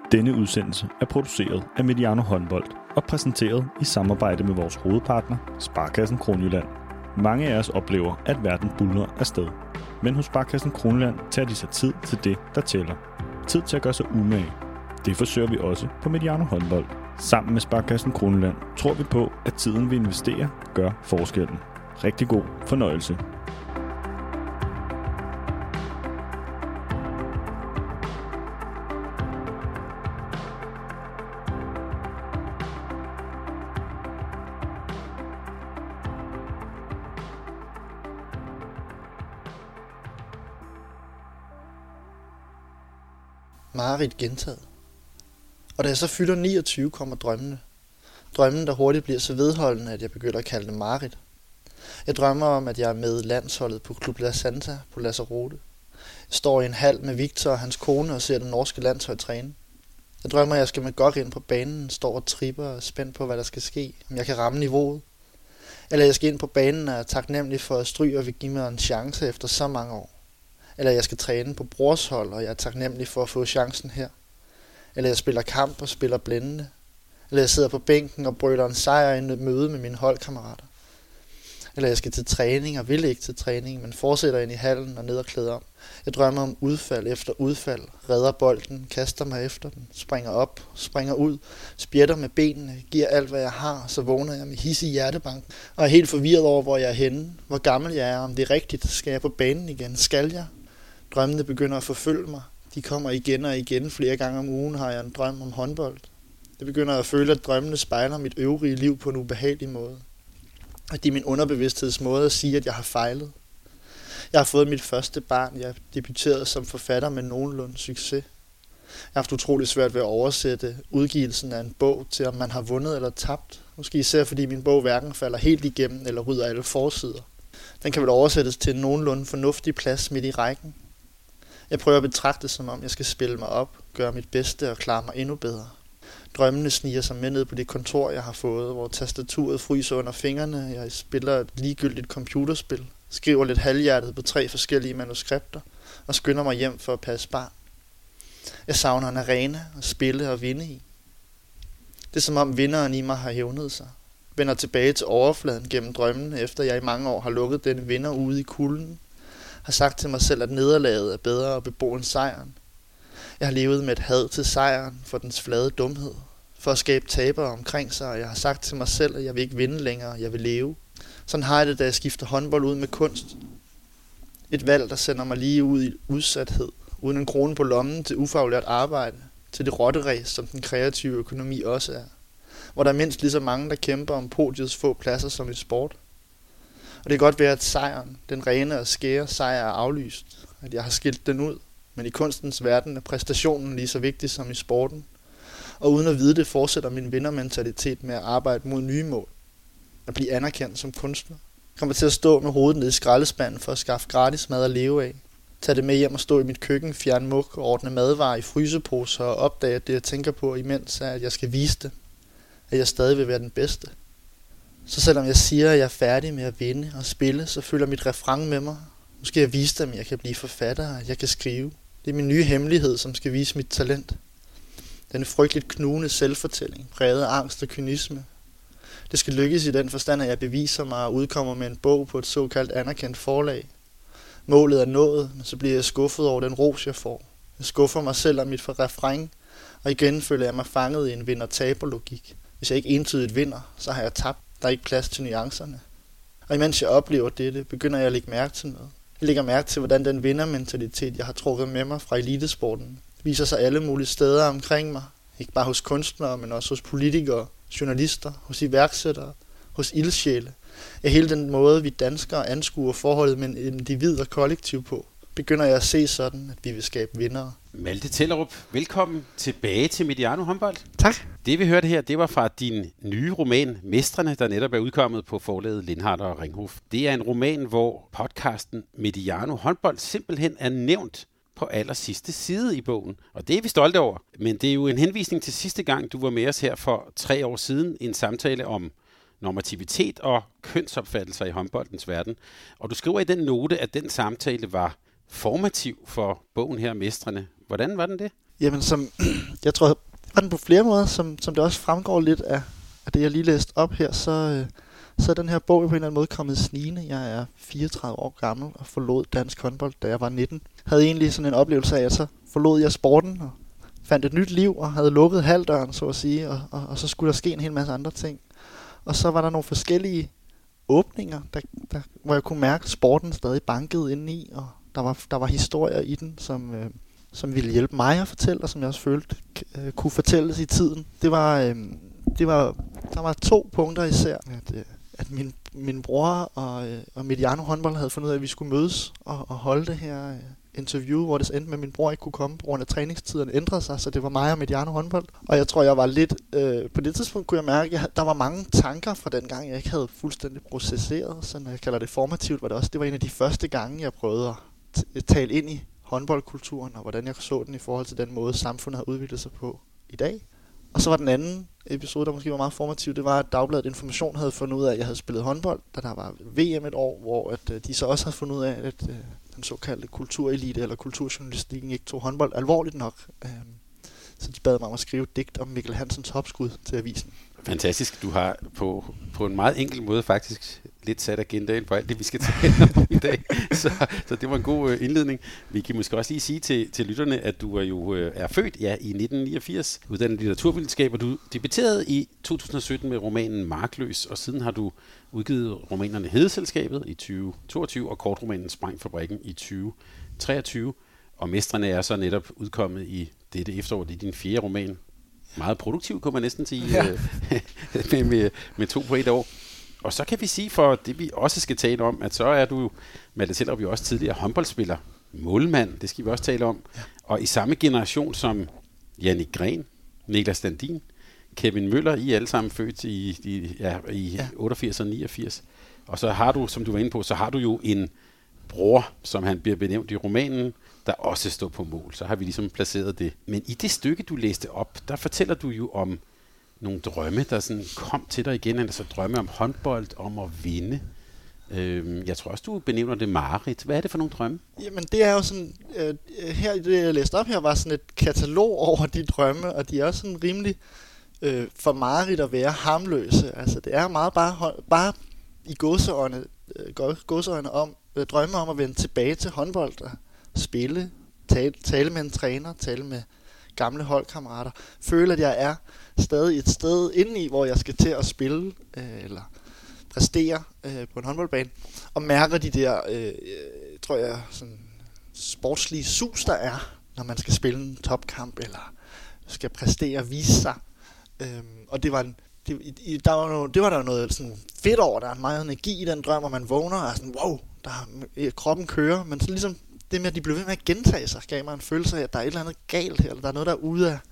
Denne udsendelse er produceret af Mediano Håndbold og præsenteret i samarbejde med vores hovedpartner, Sparekassen Kronjylland. Mange af os oplever, at verden buldrer afsted. Men hos Sparekassen Kronjylland tager de sig tid til det, der tæller. Tid til at gøre sig umage. Det forsøger vi også på Mediano Håndbold. Sammen med Sparekassen Kronjylland tror vi på, at tiden vi investerer gør forskellen. Rigtig god fornøjelse. Mareridt gentaget. Og da jeg så fylder 29, kommer drømmene. Drømmen, der hurtigt bliver så vedholdende, at jeg begynder at kalde det mareridt. Jeg drømmer om, at jeg er med landsholdet på Club La Santa på Lanzarote. Jeg står i en hal med Victor og hans kone og ser det norske landshold træne. Jeg drømmer, at jeg skal med godt ind på banen, står og tripper og er spændt på, hvad der skal ske, om jeg kan ramme niveauet. Eller jeg skal ind på banen og er taknemmelig for, at Stryger vil give mig en chance efter så mange år. Eller jeg skal træne på brors hold, og jeg er taknemmelig for at få chancen her. Eller jeg spiller kamp og spiller blændende. Eller jeg sidder på bænken og brøler en sejr i et møde med mine holdkammerater. Eller jeg skal til træning og vil ikke til træning, men fortsætter ind i hallen og ned og klæder om. Jeg drømmer om udfald efter udfald, redder bolden, kaster mig efter den, springer op, springer ud, spjætter med benene, giver alt hvad jeg har, så vågner jeg med hissig hjertebank og er helt forvirret over, hvor jeg er henne, hvor gammel jeg er, om det er rigtigt, skal jeg på banen igen, skal jeg? Drømmene begynder at forfølge mig. De kommer igen og igen. Flere gange om ugen har jeg en drøm om håndbold. Jeg begynder at føle, at drømmene spejler mit øvrige liv på en ubehagelig måde. Og det er min underbevidstheds måde at sige, at jeg har fejlet. Jeg har fået mit første barn. Jeg debuterede som forfatter med nogenlunde succes. Jeg har haft utrolig svært ved at oversætte udgivelsen af en bog til, om man har vundet eller tabt. Måske især fordi min bog hverken falder helt igennem eller rydder alle forsider. Den kan vel oversættes til en nogenlunde fornuftig plads midt i rækken. Jeg prøver at betragte det, som om jeg skal spille mig op, gøre mit bedste og klare mig endnu bedre. Drømmene sniger sig med ned på det kontor, jeg har fået, hvor tastaturet fryser under fingrene. Jeg spiller et ligegyldigt computerspil, skriver lidt halvhjertet på 3 forskellige manuskripter og skynder mig hjem for at passe barn. Jeg savner en arena at spille og vinde i. Det er som om vinderen i mig har hævnet sig. Vender tilbage til overfladen gennem drømmene, efter jeg i mange år har lukket denne vinder ude i kulden. Har sagt til mig selv, at nederlaget er bedre at bebo end sejren. Jeg har levet med et had til sejren for dens flade dumhed. For at skabe tabere omkring sig, og jeg har sagt til mig selv, at jeg vil ikke vinde længere, jeg vil leve. Sådan har jeg det, da jeg skifter håndbold ud med kunst. Et valg, der sender mig lige ud i udsathed, uden en krone på lommen til ufaglært arbejde, til det rotteræs, som den kreative økonomi også er. Hvor der er mindst lige så mange, der kæmper om podiets få pladser som i sport. Og det kan godt være, at sejren, den rene og skære sejr, er aflyst. At jeg har skilt den ud. Men i kunstens verden er præstationen lige så vigtig som i sporten. Og uden at vide det, fortsætter min vindermentalitet med at arbejde mod nye mål. At blive anerkendt som kunstner. Jeg kommer til at stå med hovedet nede i skraldespanden for at skaffe gratis mad at leve af. Tag det med hjem og stå i mit køkken, fjerne mug og ordne madvarer i fryseposer og opdage, at det jeg tænker på imens er, at jeg skal vise det. At jeg stadig vil være den bedste. Så selvom jeg siger, at jeg er færdig med at vinde og spille, så følger mit refræn med mig. Nu skal jeg vise dem, at jeg kan blive forfatter, at jeg kan skrive. Det er min nye hemmelighed, som skal vise mit talent. Denne frygteligt knugende selvfortælling, præget af angst og kynisme. Det skal lykkes i den forstand, at jeg beviser mig og udkommer med en bog på et såkaldt anerkendt forlag. Målet er nået, men så bliver jeg skuffet over den ros, jeg får. Jeg skuffer mig selv og mit refræn, og igen føler jeg mig fanget i en vinder-taber-logik. Hvis jeg ikke entydigt vinder, så har jeg tabt. Der er ikke plads til nuancerne. Og imens jeg oplever dette, begynder jeg at lægge mærke til noget. Jeg lægger mærke til, hvordan den vindermentalitet, jeg har trukket med mig fra elitesporten, viser sig alle mulige steder omkring mig. Ikke bare hos kunstnere, men også hos politikere, journalister, hos iværksættere, hos ildsjæle. Ja, hele den måde, vi danskere anskuer forholdet mellem individ og kollektiv på, begynder jeg at se sådan, at vi vil skabe vindere. Malte Tellerup, velkommen tilbage til Mediano Håndbold. Tak. Det vi hørte her, det var fra din nye roman, Mestrene, der netop er udkommet på forlaget Lindhardt og Ringhof. Det er en roman, hvor podcasten Mediano Håndbold simpelthen er nævnt på allersidste side i bogen. Og det er vi stolte over. Men det er jo en henvisning til sidste gang, du var med os her for 3 år siden. En samtale om normativitet og kønsopfattelser i håndboldens verden. Og du skriver i den note, at den samtale var formativ for bogen her, Mestrene. Hvordan var den det? Jamen, jeg tror, var den på flere måder, som det også fremgår lidt af det, jeg lige læste op her, så er den her bog på en eller anden måde kommet snigende. Jeg er 34 år gammel og forlod dansk håndbold, da jeg var 19. Havde egentlig sådan en oplevelse af, at så forlod jeg sporten og fandt et nyt liv og havde lukket halvdøren, så at sige, og så skulle der ske en hel masse andre ting. Og så var der nogle forskellige åbninger, hvor jeg kunne mærke, at sporten stadig bankede indeni, og der var historier i den, som ville hjælpe mig at fortælle, og som jeg også følte kunne fortælles i tiden. Der var 2 punkter især, at min bror og Mediano Håndbold havde fundet ud af, at vi skulle mødes og holde det her interview, hvor det endte med, at min bror ikke kunne komme, på grund af træningstiderne ændrede sig, så det var mig og Mediano Håndbold. Og jeg tror, jeg var lidt... på det tidspunkt kunne jeg mærke, at der var mange tanker fra den gang, jeg ikke havde fuldstændig processeret. Så når jeg kalder det formativt, det var en af de første gange, jeg prøvede at tale ind i håndboldkulturen, og hvordan jeg så den i forhold til den måde, samfundet har udviklet sig på i dag. Og så var den anden episode, der måske var meget formativ, det var, at Dagbladet Information havde fundet ud af, at jeg havde spillet håndbold, da der var VM et år, hvor at de så også havde fundet ud af, at den såkaldte kulturelite eller kulturjournalistikken ikke tog håndbold alvorligt nok. Så de bad mig om at skrive et digt om Mikkel Hansens hopskud til avisen. Fantastisk. Du har på en meget enkel måde faktisk lidt sat agendaen på alt det, vi skal tale om i dag. Så det var en god indledning. Vi kan måske også lige sige til lytterne, at du er født i 1989, uddannet litteraturvidenskab, og du debuterede i 2017 med romanen Markløs, og siden har du udgivet romanerne Hedeselskabet i 2022 og kortromanen Sprængfabrikken i 2023. Og Mestrene er så netop udkommet i dette efterår. Det er din 4. roman. Meget produktiv, kunne man næsten sige, med 2 på 1 år. Og så kan vi sige, for det vi også skal tale om, at så er du, Malte Sellerup, jo også tidligere håndboldspiller, målmand, det skal vi også tale om. Ja. Og i samme generation som Jannik Gren, Niklas Standin, Kevin Møller, I er alle sammen født i 88 og 89. Og så har du, som du var inde på, så har du jo en bror, som han bliver benævnt i romanen, der også står på mål. Så har vi ligesom placeret det. Men i det stykke, du læste op, der fortæller du jo om nogle drømme, der sådan kom til dig igen. Altså drømme om håndbold, om at vinde. Jeg tror også, du benævner det mareridt. Hvad er det for nogle drømme? Jamen, det er jo sådan... her i det, jeg læste op her, var sådan et katalog over de drømme, og de er også sådan rimelig for mareridt at være harmløse. Altså, det er meget bare i gåseøjne om drømme om at vende tilbage til håndbold og spille, tale med en træner, tale med gamle holdkammerater, føle, at jeg er stadig et sted indeni, hvor jeg skal til at spille eller præstere på en håndboldbane, og mærker de der, tror jeg, sådan sportslige sus, der er, når man skal spille en topkamp, eller skal præstere og vise sig. Og det var der noget sådan fedt over, der er meget energi i den drøm, og man vågner og er sådan, wow, kroppen kører, men så ligesom det med, at de blev ved med at gentage sig, gav mig en følelse af, at der er et eller andet galt her, eller der er noget, der er ude af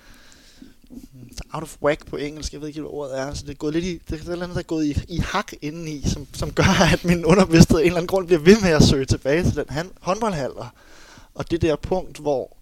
out of whack på engelsk, jeg ved ikke, hvad ordet er, så det er gået lidt det er et eller andet, der er gået i hak indeni, som gør, at min underbevidsthed af en eller anden grund bliver ved med at søge tilbage til den håndboldhal, og det der punkt, hvor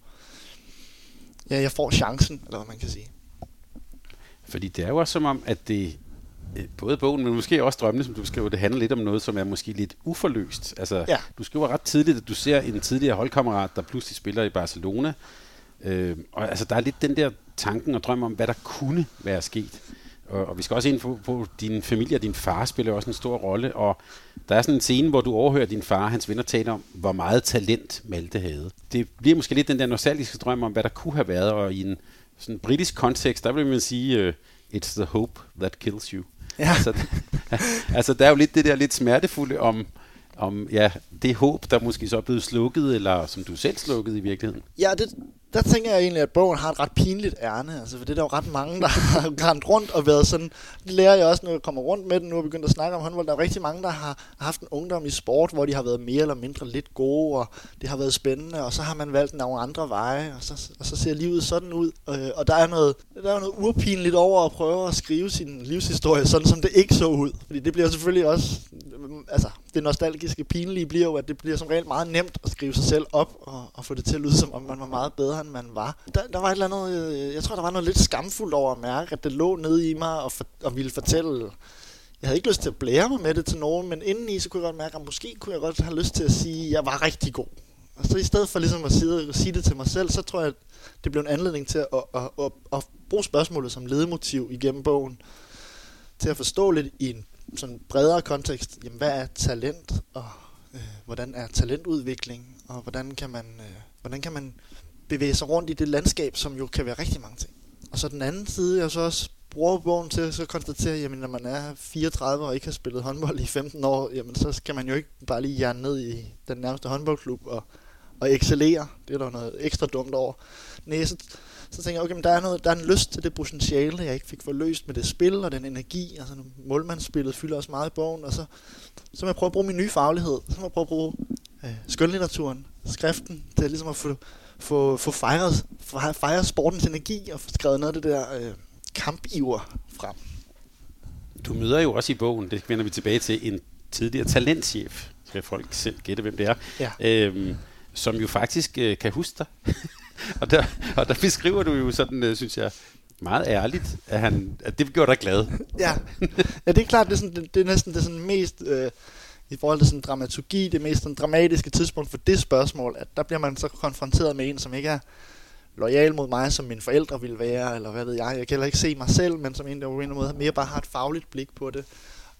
jeg får chancen, eller hvad man kan sige. Fordi det er jo også som om, at det både bogen, men måske også drømmene, som du skriver, det handler lidt om noget, som er måske lidt uforløst. Altså, ja. Du skriver ret tidligt, at du ser en tidligere holdkammerat, der pludselig spiller i Barcelona. Og altså, der er lidt den der tanken og drøm om, hvad der kunne være sket. Og vi skal også ind på din familie, og din far spiller også en stor rolle. Og der er sådan en scene, hvor du overhører din far og hans venner tale om, hvor meget talent Malte havde. Det bliver måske lidt den der nostalgiske drøm om, hvad der kunne have været, og i en sådan britisk kontekst, der vil man sige, it's the hope that kills you. Ja. Altså, der er jo lidt det der lidt smertefulde om det håb, der måske så er blevet slukket, eller som du selv slukkede i virkeligheden. Ja, der tænker jeg egentlig, at bogen har et ret pinligt ærne, altså, for det er der jo ret mange, der har rendt rundt og været sådan. Det lærer jeg også, når jeg kommer rundt med den, nu er jeg begyndt at snakke om håndbold. Der er rigtig mange, der har haft en ungdom i sport, hvor de har været mere eller mindre lidt gode, og det har været spændende, og så har man valgt nogle andre veje, og så ser livet sådan ud. Og der er noget urpinligt over at prøve at skrive sin livshistorie, sådan som det ikke så ud. Fordi det bliver selvfølgelig også, altså det nostalgiske pinlige bliver jo, at det bliver som regel meget nemt at skrive sig selv op, og få det til at lyde, som om man var meget bedre, end man var. Der var et eller andet, jeg tror, der var noget lidt skamfuldt over at mærke, at det lå nede i mig og ville fortælle. Jeg havde ikke lyst til at blære mig med det til nogen, men indeni så kunne jeg godt mærke, at måske kunne jeg godt have lyst til at sige, at jeg var rigtig god. Og så i stedet for ligesom at sige det til mig selv, så tror jeg, at det blev en anledning til at bruge spørgsmålet som ledemotiv igennem bogen, til at forstå lidt i en sådan bredere kontekst, jamen, hvad er talent, og hvordan er talentudvikling, og hvordan kan man bevæge sig rundt i det landskab, som jo kan være rigtig mange ting. Og så den anden side, jeg så også bruger bogen til at konstatere, jamen når man er 34 og ikke har spillet håndbold i 15 år, jamen så skal man jo ikke bare lige hjerne ned i den nærmeste håndboldklub og excellere. Det er der noget ekstra dumt over. Nej, så tænker jeg, okay, men der er en lyst til det potentiale, jeg ikke fik forløst med det spil og den energi. Altså målmandsspillet fylder også meget i bogen, og så må jeg prøve at bruge min nye faglighed. Så må jeg prøve at bruge skønlitteraturen, skriften, til ligesom at få fejret sportens energi og få skrevet noget af det der kampiver frem. Du møder jo også i bogen, det vender vi tilbage til, en tidligere talentchef. Skal folk selv gætte, hvem det er. Ja. Som jo faktisk kan huske dig. og der beskriver du jo sådan, synes jeg, meget ærligt, at det gjorde dig glad. Ja, det er klart, det er næsten det sådan mest, i forhold til sådan dramaturgi, det mest sådan dramatiske tidspunkt for det spørgsmål, at der bliver man så konfronteret med en, som ikke er lojal mod mig, som mine forældre ville være, eller hvad ved jeg. Jeg kan heller ikke se mig selv, men som en, der på en eller anden måde mere bare har et fagligt blik på det.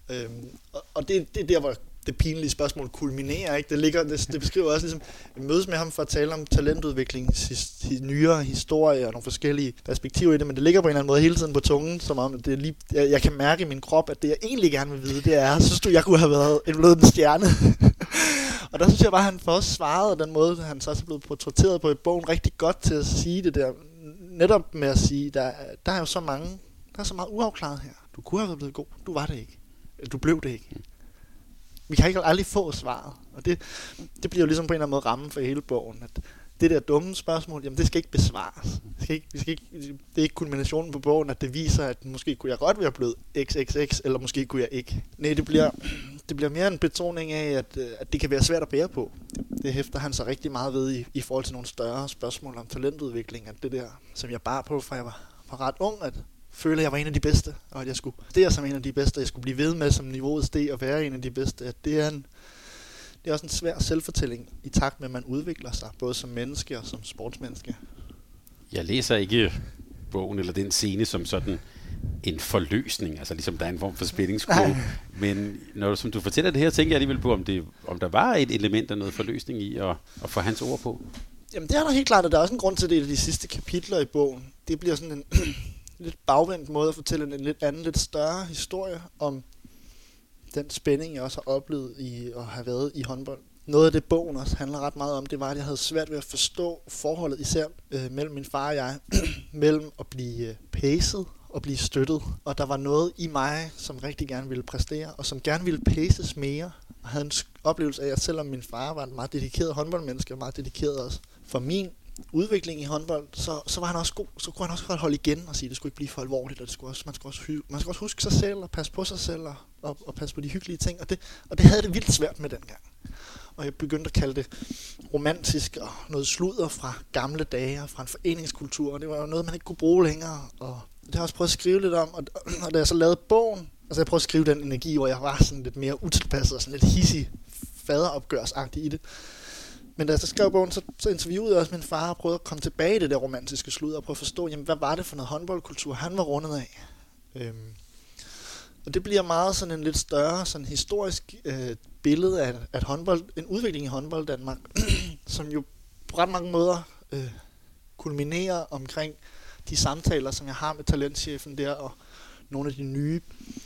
Og det er der, hvor det pinlige spørgsmål kulminerer, ikke? Det beskriver også ligesom, jeg mødes med ham for at tale om talentudvikling, nyere historie og nogle forskellige perspektiver i det, men det ligger på en eller anden måde hele tiden på tungen, som om det er lige, jeg kan mærke i min krop, at det jeg egentlig gerne vil vide, det er, synes du, jeg kunne have været en stjerne? Og der synes jeg bare, at han for os svarede den måde, han så er blevet portrætteret på i bogen, rigtig godt til at sige det der, netop med at sige, der er jo så mange, der er så meget uafklaret her. Du kunne have været blevet god, du var det ikke. Du blev det ikke. Vi kan ikke aldrig få svaret, og det bliver jo ligesom på en eller anden måde rammen for hele bogen, at det der dumme spørgsmål, jamen det skal ikke besvares. Det er ikke kulminationen på bogen, at det viser, at måske kunne jeg godt være blevet XXX, eller måske kunne jeg ikke. Nej, det bliver mere en betoning af, at det kan være svært at bære på. Det hæfter han så rigtig meget ved i forhold til nogle større spørgsmål om talentudvikling, at det der, som jeg bar på, fra jeg var ret ung, at føle, at jeg var en af de bedste, og at jeg skulle det som en af de bedste, jeg skulle blive ved med som niveauet steg og være en af de bedste, at det er også en svær selvfortælling i takt med, at man udvikler sig, både som menneske og som sportsmenneske. Jeg læser ikke bogen eller den scene som sådan en forløsning, altså ligesom der er en form for spændingskurve, men som du fortæller det her, tænker jeg alligevel på, om der var et element af noget forløsning i at få hans ord på. Jamen det er der helt klart, og der er også en grund til det i de sidste kapitler i bogen. Det bliver sådan en lidt bagvendt måde at fortælle en lidt anden, lidt større historie om den spænding, jeg også har oplevet i at have været i håndbold. Noget af det, bogen også handler ret meget om, det var, at jeg havde svært ved at forstå forholdet, især mellem min far og jeg, mellem at blive pacet og blive støttet. Og der var noget i mig, som rigtig gerne ville præstere, og som gerne ville paces mere, og havde en oplevelse af, at selvom min far var en meget dedikeret håndboldmenneske, og meget dedikeret også for min udvikling i håndbold, så var han også god. Så kunne han også godt holde igen og sige, at det skulle ikke blive for alvorligt, og man skal også huske sig selv og passe på sig selv og passe på de hyggelige ting, og det havde det vildt svært med dengang. Og jeg begyndte at kalde det romantisk og noget sludder fra gamle dage og fra en foreningskultur, og det var jo noget, man ikke kunne bruge længere, og det har jeg også prøvet at skrive lidt om, og da jeg så lavede bogen, altså jeg prøvede at skrive den energi, hvor jeg var sådan lidt mere utilpasset og sådan lidt hissig, faderopgørsagtig i det. Men da jeg så skrev bogen, så interviewede jeg også min far og prøvede at komme tilbage i det der romantiske sludder og prøve at forstå, jamen, hvad var det for noget håndboldkultur, han var rundet af. Og det bliver meget sådan en lidt større sådan historisk billede af håndbold, en udvikling i håndbold Danmark, som jo på ret mange måder kulminerer omkring de samtaler, som jeg har med talentchefen der, og nogle af de nye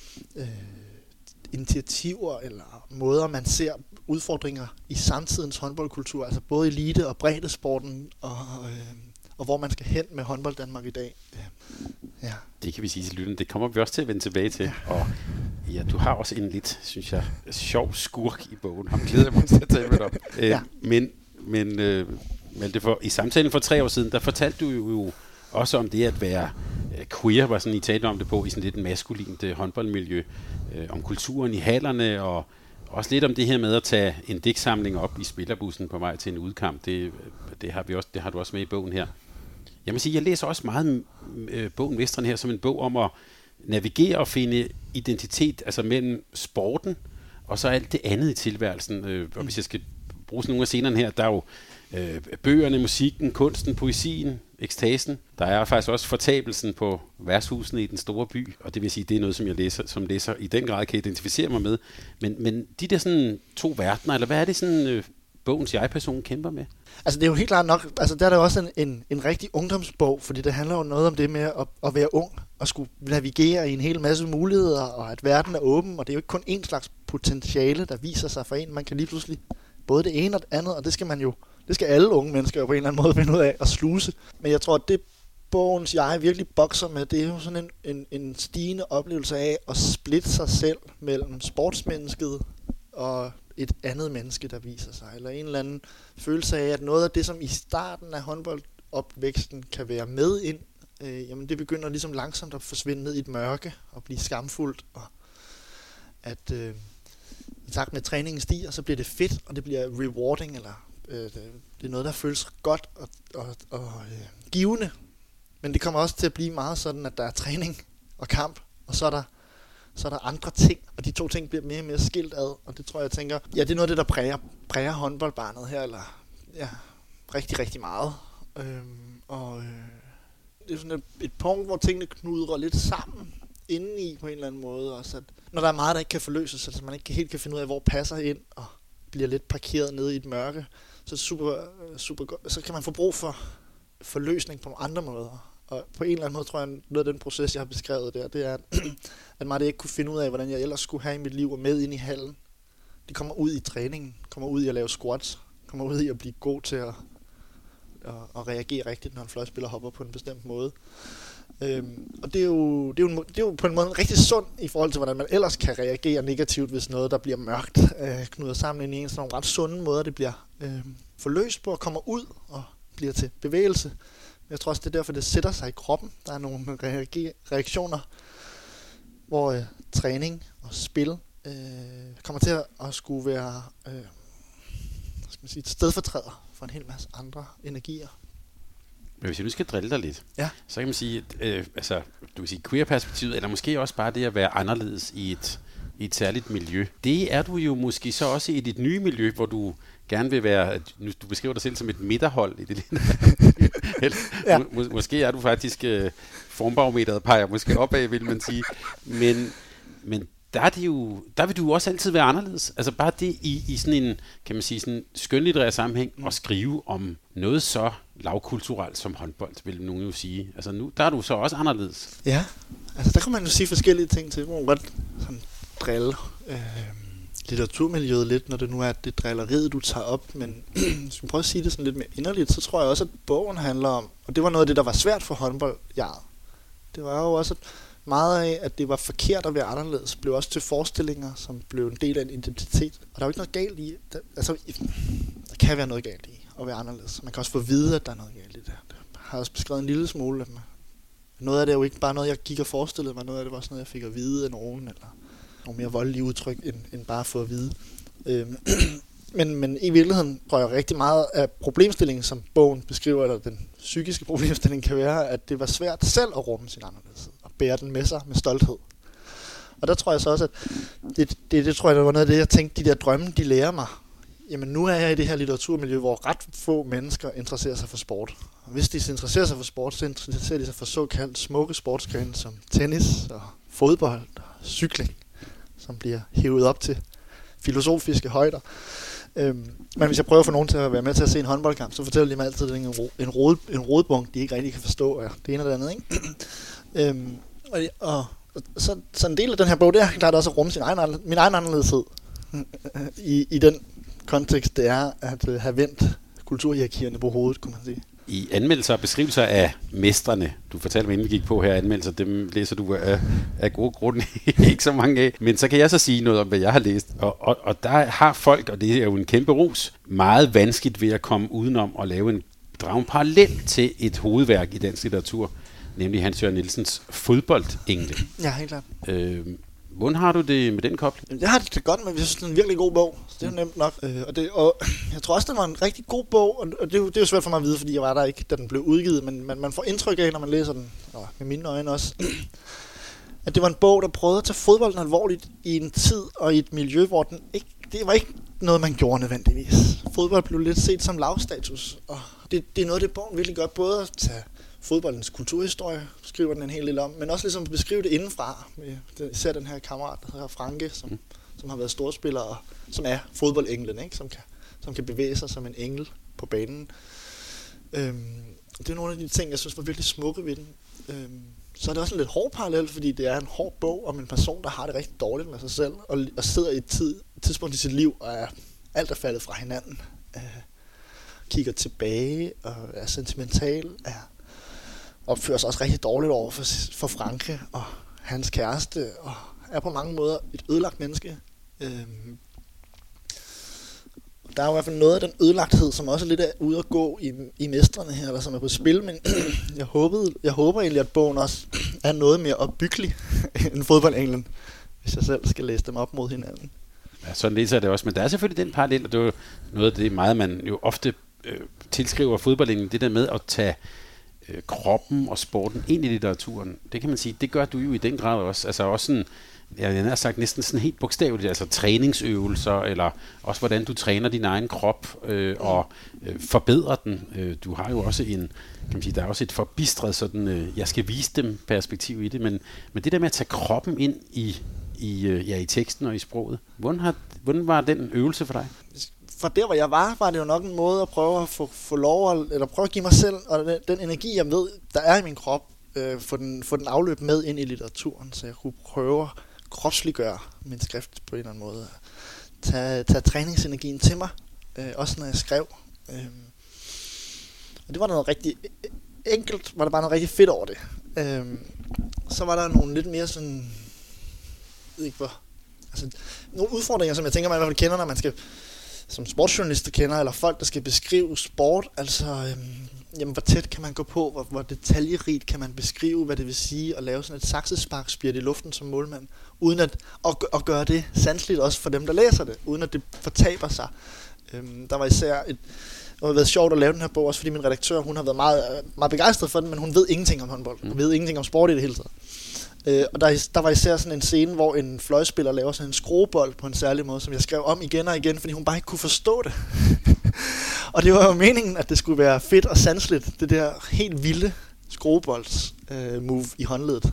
initiativer eller måder, man ser udfordringer i samtidens håndboldkultur, altså både elite- og breddesporten, og hvor man skal hen med håndbold Danmark i dag. Ja. Det kan vi sige til lytterne. Det kommer vi også til at vende tilbage til. Ja. Og ja, du har også en lidt, synes jeg, sjov skurk i bogen. Ham glæder jeg mig til at tale med dig om. Ja. Men det i samtalen for 3 år siden, der fortalte du jo også om det at være queer, var sådan, I talte om det på, i sådan lidt maskulint håndboldmiljø, om kulturen i hallerne, og også lidt om det her med at tage en digtsamling op i spillerbussen på vej til en udkamp. Det har du også med i bogen her. Jeg må sige, jeg læser også meget bogen Mestrene her som en bog om at navigere og finde identitet, altså mellem sporten og så alt det andet i tilværelsen. Og hvis jeg skal bruge nogle af scenerne her. Der er jo bøgerne, musikken, kunsten, poesien, ekstasen. Der er faktisk også fortabelsen på værtshusene i den store by, og det vil sige, det er noget, som jeg som læser i den grad kan identificere mig med. Men de der sådan 2 verdener, eller hvad er det sådan bogens jeg-person kæmper med? Altså det er jo helt klart nok, altså der er der også en rigtig ungdomsbog, fordi det handler jo noget om det med at være ung, og skulle navigere i en hel masse muligheder, og at verden er åben, og det er jo ikke kun én slags potentiale, der viser sig for en. Man kan lige pludselig både det ene og det andet, og det skal alle unge mennesker jo på en eller anden måde finde ud af at sluse. Men jeg tror, at det bogens jeg virkelig bokser med, det er jo sådan en stigende oplevelse af at splitte sig selv mellem sportsmennesket og et andet menneske, der viser sig. Eller en eller anden følelse af, at noget af det, som i starten af håndboldopvæksten kan være med ind, jamen det begynder ligesom langsomt at forsvinde ned i et mørke og blive skamfuldt. Og at i takt med træningen stiger, så bliver det fedt, og det bliver rewarding, eller det er noget, der føles godt og givende. Men det kommer også til at blive meget sådan, at der er træning og kamp, og så er der andre ting, og de 2 ting bliver mere og mere skilt ad, og det tror jeg tænker, ja, det er noget af det, der præger håndboldbarnet her, eller ja, rigtig, rigtig meget. Det er sådan et punkt, hvor tingene knudrer lidt sammen indeni på en eller anden måde, også at når der er meget, der ikke kan forløses, altså man ikke helt kan finde ud af, hvor passer ind, og bliver lidt parkeret nede i et mørke, så super godt, så kan man få brug for forløsning på andre måder. Og på en eller anden måde tror jeg, noget af den proces, jeg har beskrevet der, det er, at mig ikke kunne finde ud af, hvordan jeg ellers skulle have i mit liv og med ind i hallen. Det kommer ud i træningen, kommer ud i at lave squats, kommer ud i at blive god til at reagere rigtigt, når en fløjspiller hopper på en bestemt måde. Og det er jo på en måde rigtig sund i forhold til, hvordan man ellers kan reagere negativt, hvis noget, der bliver mørkt, knuder sammen ind i en sådan nogle ret sunde måder, det bliver forløst på og kommer ud og bliver til bevægelse. Jeg tror også, det er derfor, det sætter sig i kroppen. Der er nogle reaktioner, hvor træning og spil kommer til at skulle være et stedfortræder for en hel masse andre energier. Men hvis jeg nu skal drille dig lidt, ja, så kan man sige, du kan sige queer-perspektivet, eller måske også bare det at være anderledes i et særligt miljø. Det er du jo måske så også i dit nye miljø, hvor du gerne vil være, du beskriver dig selv som et midterhold i det lille. Ja. Måske er du faktisk formbarometeret, peger måske opad, vil man sige. Men der vil du også altid være anderledes. Altså bare det i sådan en, kan man sige, sådan skønlitterær sammenhæng, at skrive om noget så lavkulturelt som håndbold, vil nogen jo sige. Altså nu, der er du så også anderledes. Ja, altså der kan man jo sige forskellige ting til. Man godt sådan drille litteraturmiljøet lidt, når det nu er det drilleriet, du tager op. Men hvis vi prøver at sige det sådan lidt mere inderligt, så tror jeg også, at bogen handler om, og det var noget af det, der var svært for håndboldjaret. Det var jo også meget af, at det var forkert at være anderledes, blev også til forestillinger, som blev en del af en identitet. Og der er jo ikke noget galt i, der kan være noget galt i at være anderledes. Man kan også få at vide, at der er noget galt i det. Jeg har også beskrevet en lille smule, at noget af det er jo ikke bare noget, jeg gik og forestillede mig, noget af det var også noget, jeg fik at vide af nogen, eller nogle mere voldelige udtryk, end bare at få at vide. Men i virkeligheden tror jeg rigtig meget af problemstillingen, som bogen beskriver, eller den psykiske problemstilling kan være, at det var svært selv at rumme sin anderledeshed, og bære den med sig med stolthed. Og der tror jeg så også, at det tror jeg, der var noget af det, jeg tænkte, de der drømme, de lærer mig. Jamen nu er jeg i det her litteraturmiljø, hvor ret få mennesker interesserer sig for sport. Og hvis de interesserer sig for sport, så interesserer de sig for såkaldt smukke sportsgrene som tennis og fodbold og cykling, som bliver hævet op til filosofiske højder. Men hvis jeg prøver at få nogen til at være med til at se en håndboldkamp, så fortæller de mig altid, at det er en rodebunke, de ikke rigtig kan forstå af det ene eller det andet. Ikke? Så en del af den her bog, det er klart også at rumme min egen anderledeshed i den kontekst, det er at have vendt kulturhierarkierne på hovedet, kunne man sige. I anmeldelser og beskrivelser af mestrene, du fortalte mig, inden vi gik på her, anmeldelser, dem læser du af gode grunde ikke så mange af. Men så kan jeg så sige noget om, hvad jeg har læst. Og der har folk, og det er jo en kæmpe ros, meget vanskeligt ved at komme udenom og drage en parallel til et hovedværk i dansk litteratur, nemlig Hans Jørgen Nielsens Fodboldengle. Ja, helt klart. Hvordan har du det med den kobling? Jeg har det godt, men jeg synes, det er en virkelig god bog. Så det er jo nemt nok. Og jeg tror også, det var en rigtig god bog, og det er jo svært for mig at vide, fordi jeg var der ikke, da den blev udgivet, men man får indtryk af, når man læser den, og med mine øjne også, at det var en bog, der prøvede at tage fodbolden alvorligt i en tid og i et miljø, hvor den ikke det var ikke noget, man gjorde nødvendigvis. Fodbold blev lidt set som lavstatus, og det er noget, det bogen virkelig gør, både at tage fodboldens kulturhistorie, skriver den en hel del om, men også ligesom beskrive det indenfra. Især den her kammerat, der hedder Franke, som har været storspiller, og som er fodboldenglen, ikke? Som kan bevæge sig som en engel på banen. Det er nogle af de ting, jeg synes var virkelig smukke ved den. Så er det også en lidt hård parallel, fordi det er en hård bog om en person, der har det rigtig dårligt med sig selv, og sidder i et tidspunkt i sit liv, og alt er faldet fra hinanden. Kigger tilbage, og er sentimental, opfører sig også rigtig dårligt over for Franke og hans kæreste, og er på mange måder et ødelagt menneske. Der er i hvert fald noget af den ødelagthed, som også lidt er ude at gå i mestrene her, eller som er på spil, men jeg håber egentlig, at bogen også er noget mere opbyggelig end fodboldenglen, hvis jeg selv skal læse dem op mod hinanden. Ja, sådan læser jeg det også, men der er selvfølgelig den parallel, og det er jo noget af det meget, man jo ofte tilskriver fodboldenglen, det der med at tage kroppen og sporten ind i litteraturen. Det kan man sige, det gør du jo i den grad også. Altså også sådan, jeg har sagt næsten sådan helt bogstaveligt, altså træningsøvelser, eller også hvordan du træner din egen krop og forbedrer den. Du har jo også kan man sige, der er også et forbistret sådan, jeg skal vise dem perspektiv i det, men det der med at tage kroppen ind i teksten og i sproget, hvordan var den øvelse for dig? For der, hvor jeg var det jo nok en måde at prøve at få lov, eller prøve at give mig selv, og den energi, jeg ved, der er i min krop, få den afløb med ind i litteraturen, så jeg kunne prøve at kropsliggøre min skrift på en eller anden måde. Tage træningsenergien til mig, også når jeg skrev. Og det var noget rigtig enkelt, var der bare noget rigtig fedt over det. Så var der nogle lidt mere sådan, nogle udfordringer, som jeg tænker, man i hvert fald kender, når man skal, som sportsjournalister kender, eller folk, der skal beskrive sport, altså, hvor tæt kan man gå på, hvor detaljerigt kan man beskrive, hvad det vil sige at lave sådan et saksesparkspjert i luften som målmand, uden at gøre det sanseligt også for dem, der læser det, uden at det fortaber sig. Der var især det har været sjovt at lave den her bog, også fordi min redaktør, hun har været meget, meget begejstret for den, men hun ved ingenting om håndbold, hun ved ingenting om sport i det hele taget. Og der var især sådan en scene, hvor en fløjspiller laver sådan en skruebold på en særlig måde, som jeg skrev om igen og igen, fordi hun bare ikke kunne forstå det. Og det var jo meningen, at det skulle være fedt og sanseligt, det der helt vilde skruebolds move i håndledet.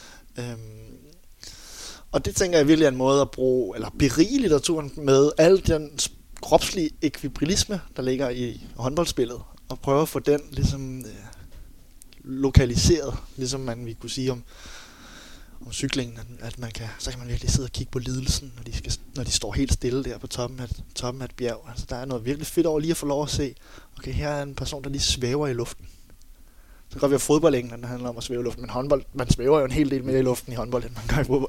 Og det tænker jeg virkelig er en måde at bruge, eller berige litteraturen med al den kropslige ekvibrillisme, der ligger i håndboldspillet, og prøve at få den ligesom lokaliseret, ligesom man ville kunne sige om cyklingen, at så kan man virkelig sidde og kigge på lidelsen, når de står helt stille der på toppen af et bjerg. Altså, der er noget virkelig fedt over lige at få lov at se, okay, her er en person, der lige svæver i luften. Så kan godt være fodboldenglen, der handler om at svæve i luften, men håndbold, man svæver jo en hel del mere i luften i håndbold, end man gør i fodbold.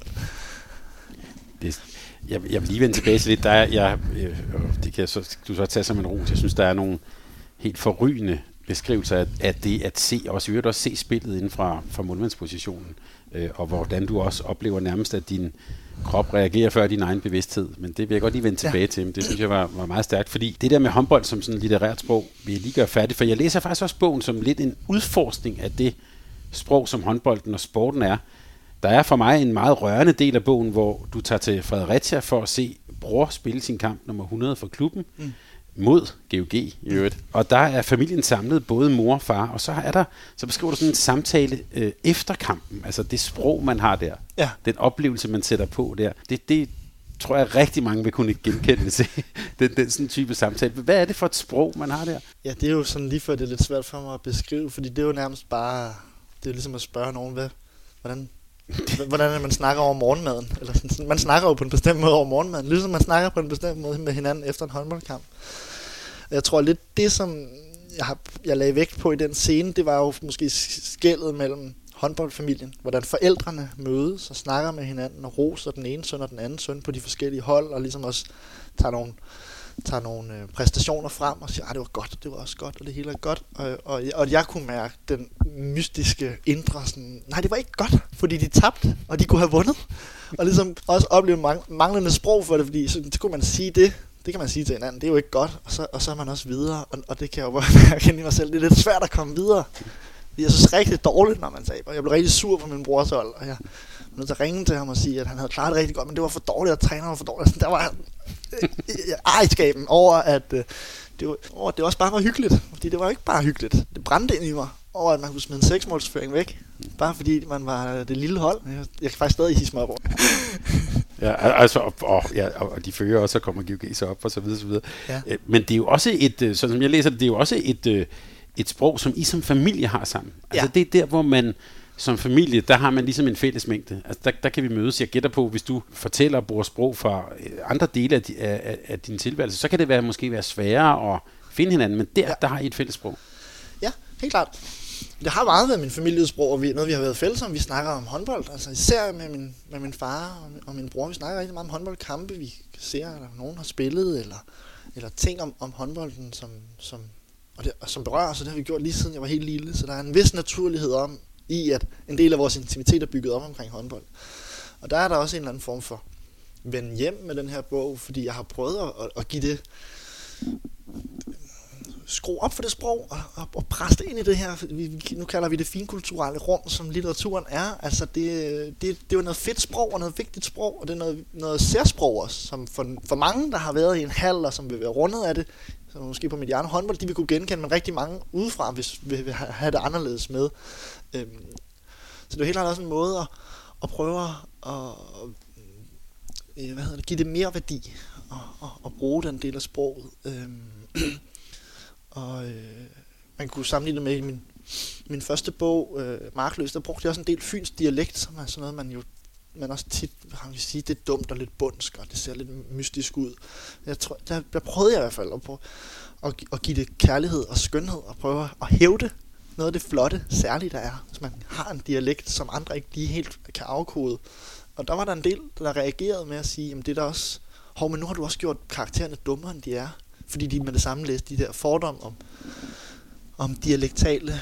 Jeg vil lige vende tilbage til lidt. Det kan du så tage som en ros. Jeg synes, der er nogle helt forrygende beskrivelser af det at se, og også se spillet inden fra målmandspositionen, og hvordan du også oplever nærmest, at din krop reagerer før din egen bevidsthed. Men det vil jeg godt lige vende tilbage til. Men det synes jeg var meget stærkt, fordi det der med håndbold som sådan et litterært sprog, vil jeg lige gøre færdigt, for jeg læser faktisk også bogen som lidt en udforskning af det sprog, som håndbolden og sporten er. Der er for mig en meget rørende del af bogen, hvor du tager til Fredericia for at se Bror spille sin kamp nummer 100 for klubben mod GOG i øvrigt. Og der er familien samlet, både mor og far, og så beskriver du sådan en samtale efter kampen, altså det sprog, man har der. Ja. Den oplevelse, man sætter på der. Det tror jeg rigtig mange vil kunne genkende til, den sådan type samtale. Hvad er det for et sprog, man har der? Ja, det er jo sådan lige før, det er lidt svært for mig at beskrive, fordi det er jo nærmest bare, det er ligesom at spørge nogen, hvordan man snakker over morgenmaden. Eller sådan, man snakker jo på en bestemt måde over morgenmaden, ligesom man snakker på en bestemt måde med hinanden efter en håndboldkamp. Jeg tror lidt det, som jeg lagde vægt på i den scene, det var jo måske skellet mellem håndboldfamilien, hvordan forældrene mødes og snakker med hinanden og roser den ene søn og den anden søn på de forskellige hold, og ligesom også tager nogle præstationer frem og siger, det var godt, det var også godt, og det hele er godt. Og jeg kunne mærke den mystiske indre sådan, nej, det var ikke godt, fordi de tabte, og de kunne have vundet. Og ligesom også opleve manglende sprog for det, fordi så kunne man sige det kan man sige til hinanden, det er jo ikke godt, og så er man også videre, og det kan jeg jo bare mærke i mig selv, det er lidt svært at komme videre. Jeg synes rigtig dårligt, når man taber. Jeg blev rigtig sur på min brors hold, og jeg nødt til at ringe til ham og sige, at han havde klaret det rigtig godt, men det var for dårligt, at træneren var for dårligt. Der var ejerskaben over, at det også bare var hyggeligt. Fordi det var ikke bare hyggeligt. Det brændte ind i mig over, at man kunne smide en 6-målsføring væk. Bare fordi man var det lille hold. Jeg kan faktisk stadig hisse mig op over. Ja, altså, og de følger også, at kommer GOG så op, og så videre, så videre. Ja. Men det er jo også sådan som jeg læser det, det er jo også et sprog, som I som familie har sammen. Altså det er der, hvor man som familie, der har man ligesom en fællesmængde. Altså der kan vi mødes. Jeg gætter på, hvis du fortæller og bruger sprog fra andre dele af din tilværelse, så kan det måske være sværere at finde hinanden, men der har I et fælles sprog. Ja, helt klart. Det har meget været min families sprog, og noget vi har været fælles om. Vi snakker om håndbold, altså især med min far og min bror. Vi snakker rigtig meget om håndboldkampe, vi ser, at nogen har spillet, eller ting om håndbolden, som berører os, og det har vi gjort lige siden jeg var helt lille. Så der er en vis naturlighed i, at en del af vores intimitet er bygget op omkring håndbold. Og der er der også en eller anden form for vende hjem med den her bog, fordi jeg har prøvet at give det, skrue op for det sprog og presse det ind i det her. Nu kalder vi det finkulturelle rum, som litteraturen er. Altså det er jo noget fedt sprog og noget vigtigt sprog, og det er noget særsprog også, som for mange, der har været i en hal og som vil være rundet af det, som måske på Mediano håndbold, de vil kunne genkende, men rigtig mange udefra vil have det anderledes med. Så det er helt klart også en måde at prøve at give det mere værdi og bruge den del af sproget. Man kunne sammenligne det med min første bog, Markløs, der brugte jeg også en del fynsk dialekt, som er sådan noget, man også tit kan sige, det er dumt og lidt bundsk, og det ser lidt mystisk ud. Der prøvede jeg i hvert fald at give det kærlighed og skønhed, og prøve at hævde noget af det flotte, særligt der er, hvis man har en dialekt, som andre ikke lige helt kan afkode. Og der var der en del, der reagerede med at sige, jamen det er der også, men nu har du også gjort karaktererne dummere, end de er. Fordi de med det samme læste de der fordomme om dialektale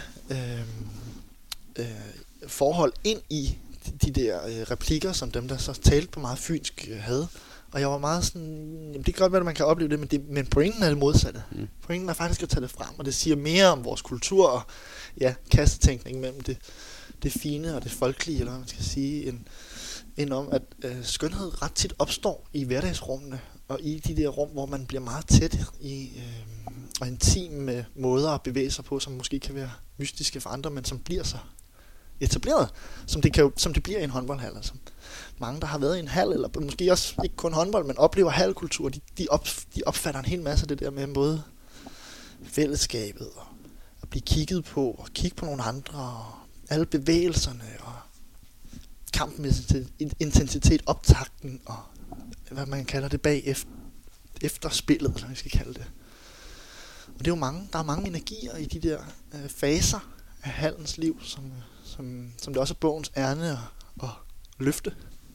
forhold ind i de der replikker, som dem, der så talte på meget fynsk, havde. Og jeg var meget sådan, jamen det kan godt være, at man kan opleve det, men pointen er det modsatte. Pointen er faktisk at tage det frem, og det siger mere om vores kultur og kassetænkning mellem det fine og det folkelige, eller hvad man skal sige, end om, at skønhed ret tit opstår i hverdagsrummene, og i de der rum, hvor man bliver meget tæt i og intim med måder at bevæge sig på, som måske kan være mystiske for andre, men som bliver så etableret, som det bliver i en håndboldhal. Altså. Mange, der har været i en hal, eller måske også ikke kun håndbold, men oplever halkultur, de opfatter en hel masse af det der med både fællesskabet, og at blive kigget på, og kigge på nogle andre, og alle bevægelserne, og kampen med intensitet, optakten, og hvad man kalder det efter spillet, eller hvad vi skal kalde det. Og det er jo der er mange energier i de der faser af hallens liv, som det også er bogens ærne at løfte.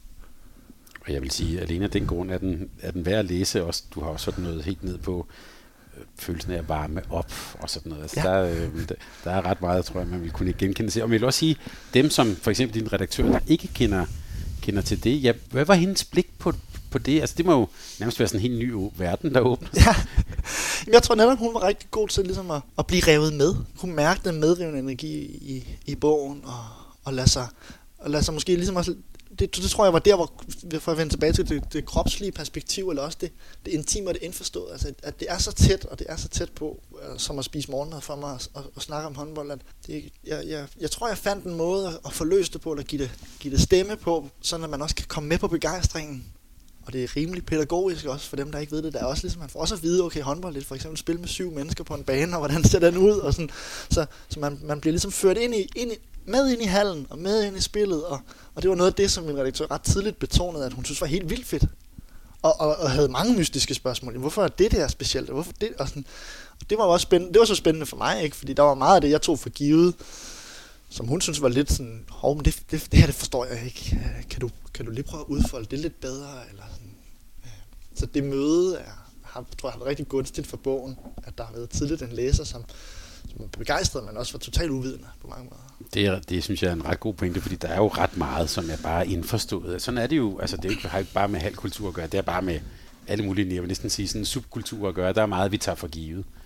Og jeg vil sige, alene af den grund er den værd at læse også. Du har også sådan noget helt ned på følelsen af at varme op og sådan noget. Altså der er ret meget, tror jeg, man vil kunne genkende sig. Og jeg vil også sige, dem som for eksempel din redaktør, der ikke kender til det, hvad var hendes blik på det? Altså det må jo nærmest være sådan en helt ny verden, der åbner. Ja, jeg tror netop, hun var rigtig god til ligesom at blive revet med. Hun kunne mærke den medrivende energi i bogen, og lade sig måske ligesom også, det tror jeg var der, hvor, for at vende tilbage til det kropslige perspektiv, eller også det intime og det indforståede, altså at det er så tæt, og det er så tæt på, som at spise morgenmad for mig, og snakke om håndbold, at jeg tror, jeg fandt en måde at forløse det på, eller give det stemme på, sådan at man også kan komme med på begejstringen. Og det er rimelig pædagogisk også for dem, der ikke ved det. Der er også ligesom, man får også at vide, okay, håndbold lidt, for eksempel spille med 7 mennesker på en bane, og hvordan ser den ud, og sådan. Så man bliver ligesom ført ind i hallen, og med ind i spillet, og det var noget af det, som min redaktør ret tidligt betonede, at hun synes var helt vildt fedt. Og havde mange mystiske spørgsmål. Hvorfor er det der specielt? Hvorfor det? Og sådan. Og det var også spændende. Det var så spændende for mig, ikke? Fordi der var meget af det, jeg tog for givet, som hun synes var lidt sådan, men det her, det forstår jeg ikke. Kan du lige prøve at udfolde det lidt bedre? Eller sådan. Så det møde tror jeg har været rigtig gunstigt for bogen, at der har været tidligt en læser, som er begejstret, men også var totalt uvidende på mange måder. Det synes jeg er en ret god pointe, fordi der er jo ret meget, som er bare indforstået. Sådan er det jo, altså det har ikke bare med halvkultur at gøre, det er bare med alle mulige, jeg vil næsten sige, sådan subkultur at gøre. Der er meget, vi tager for givet.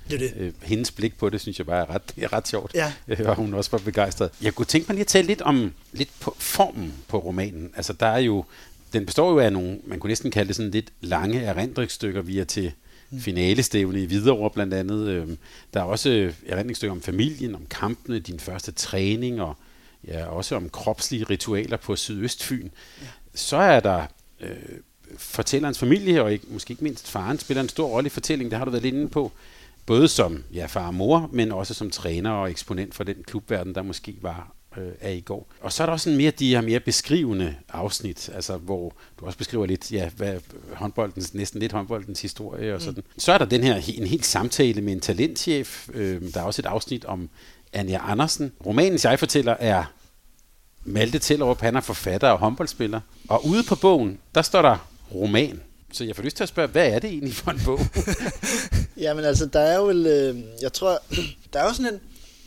Hendes blik på det, synes jeg bare er ret sjovt. Ja. Og hun også var begejstret. Jeg kunne tænke mig lige at tale lidt på formen på romanen. Altså, der er jo, den består jo af nogle, man kunne næsten kalde det sådan lidt lange erindringsstykker. Vi er til finalestævne i Hvidovre blandt andet. Der er også erindringsstykker om familien, om kampene, din første træning, og også om kropslige ritualer på Sydøstfyn. Ja. Så er der fortællerens familie, og måske ikke mindst faren, spiller en stor rolle i fortællingen. Det har du været lidt inde på. Både som far og mor, men også som træner og eksponent for den klubverden, der måske var af i går. Og så er der også de her mere beskrivende afsnit, altså hvor du også beskriver lidt, hvad næsten lidt håndboldens historie og sådan. Så er der en helt samtale med en talentchef. Der er også et afsnit om Anja Andersen. Romanens jeg-fortæller er Malte Tellerup, han er forfatter og håndboldspiller. Og ude på bogen, der står der roman. Så jeg får lyst til at spørge, hvad er det egentlig for en bog? Jamen altså, der er jo vel, der er jo sådan en,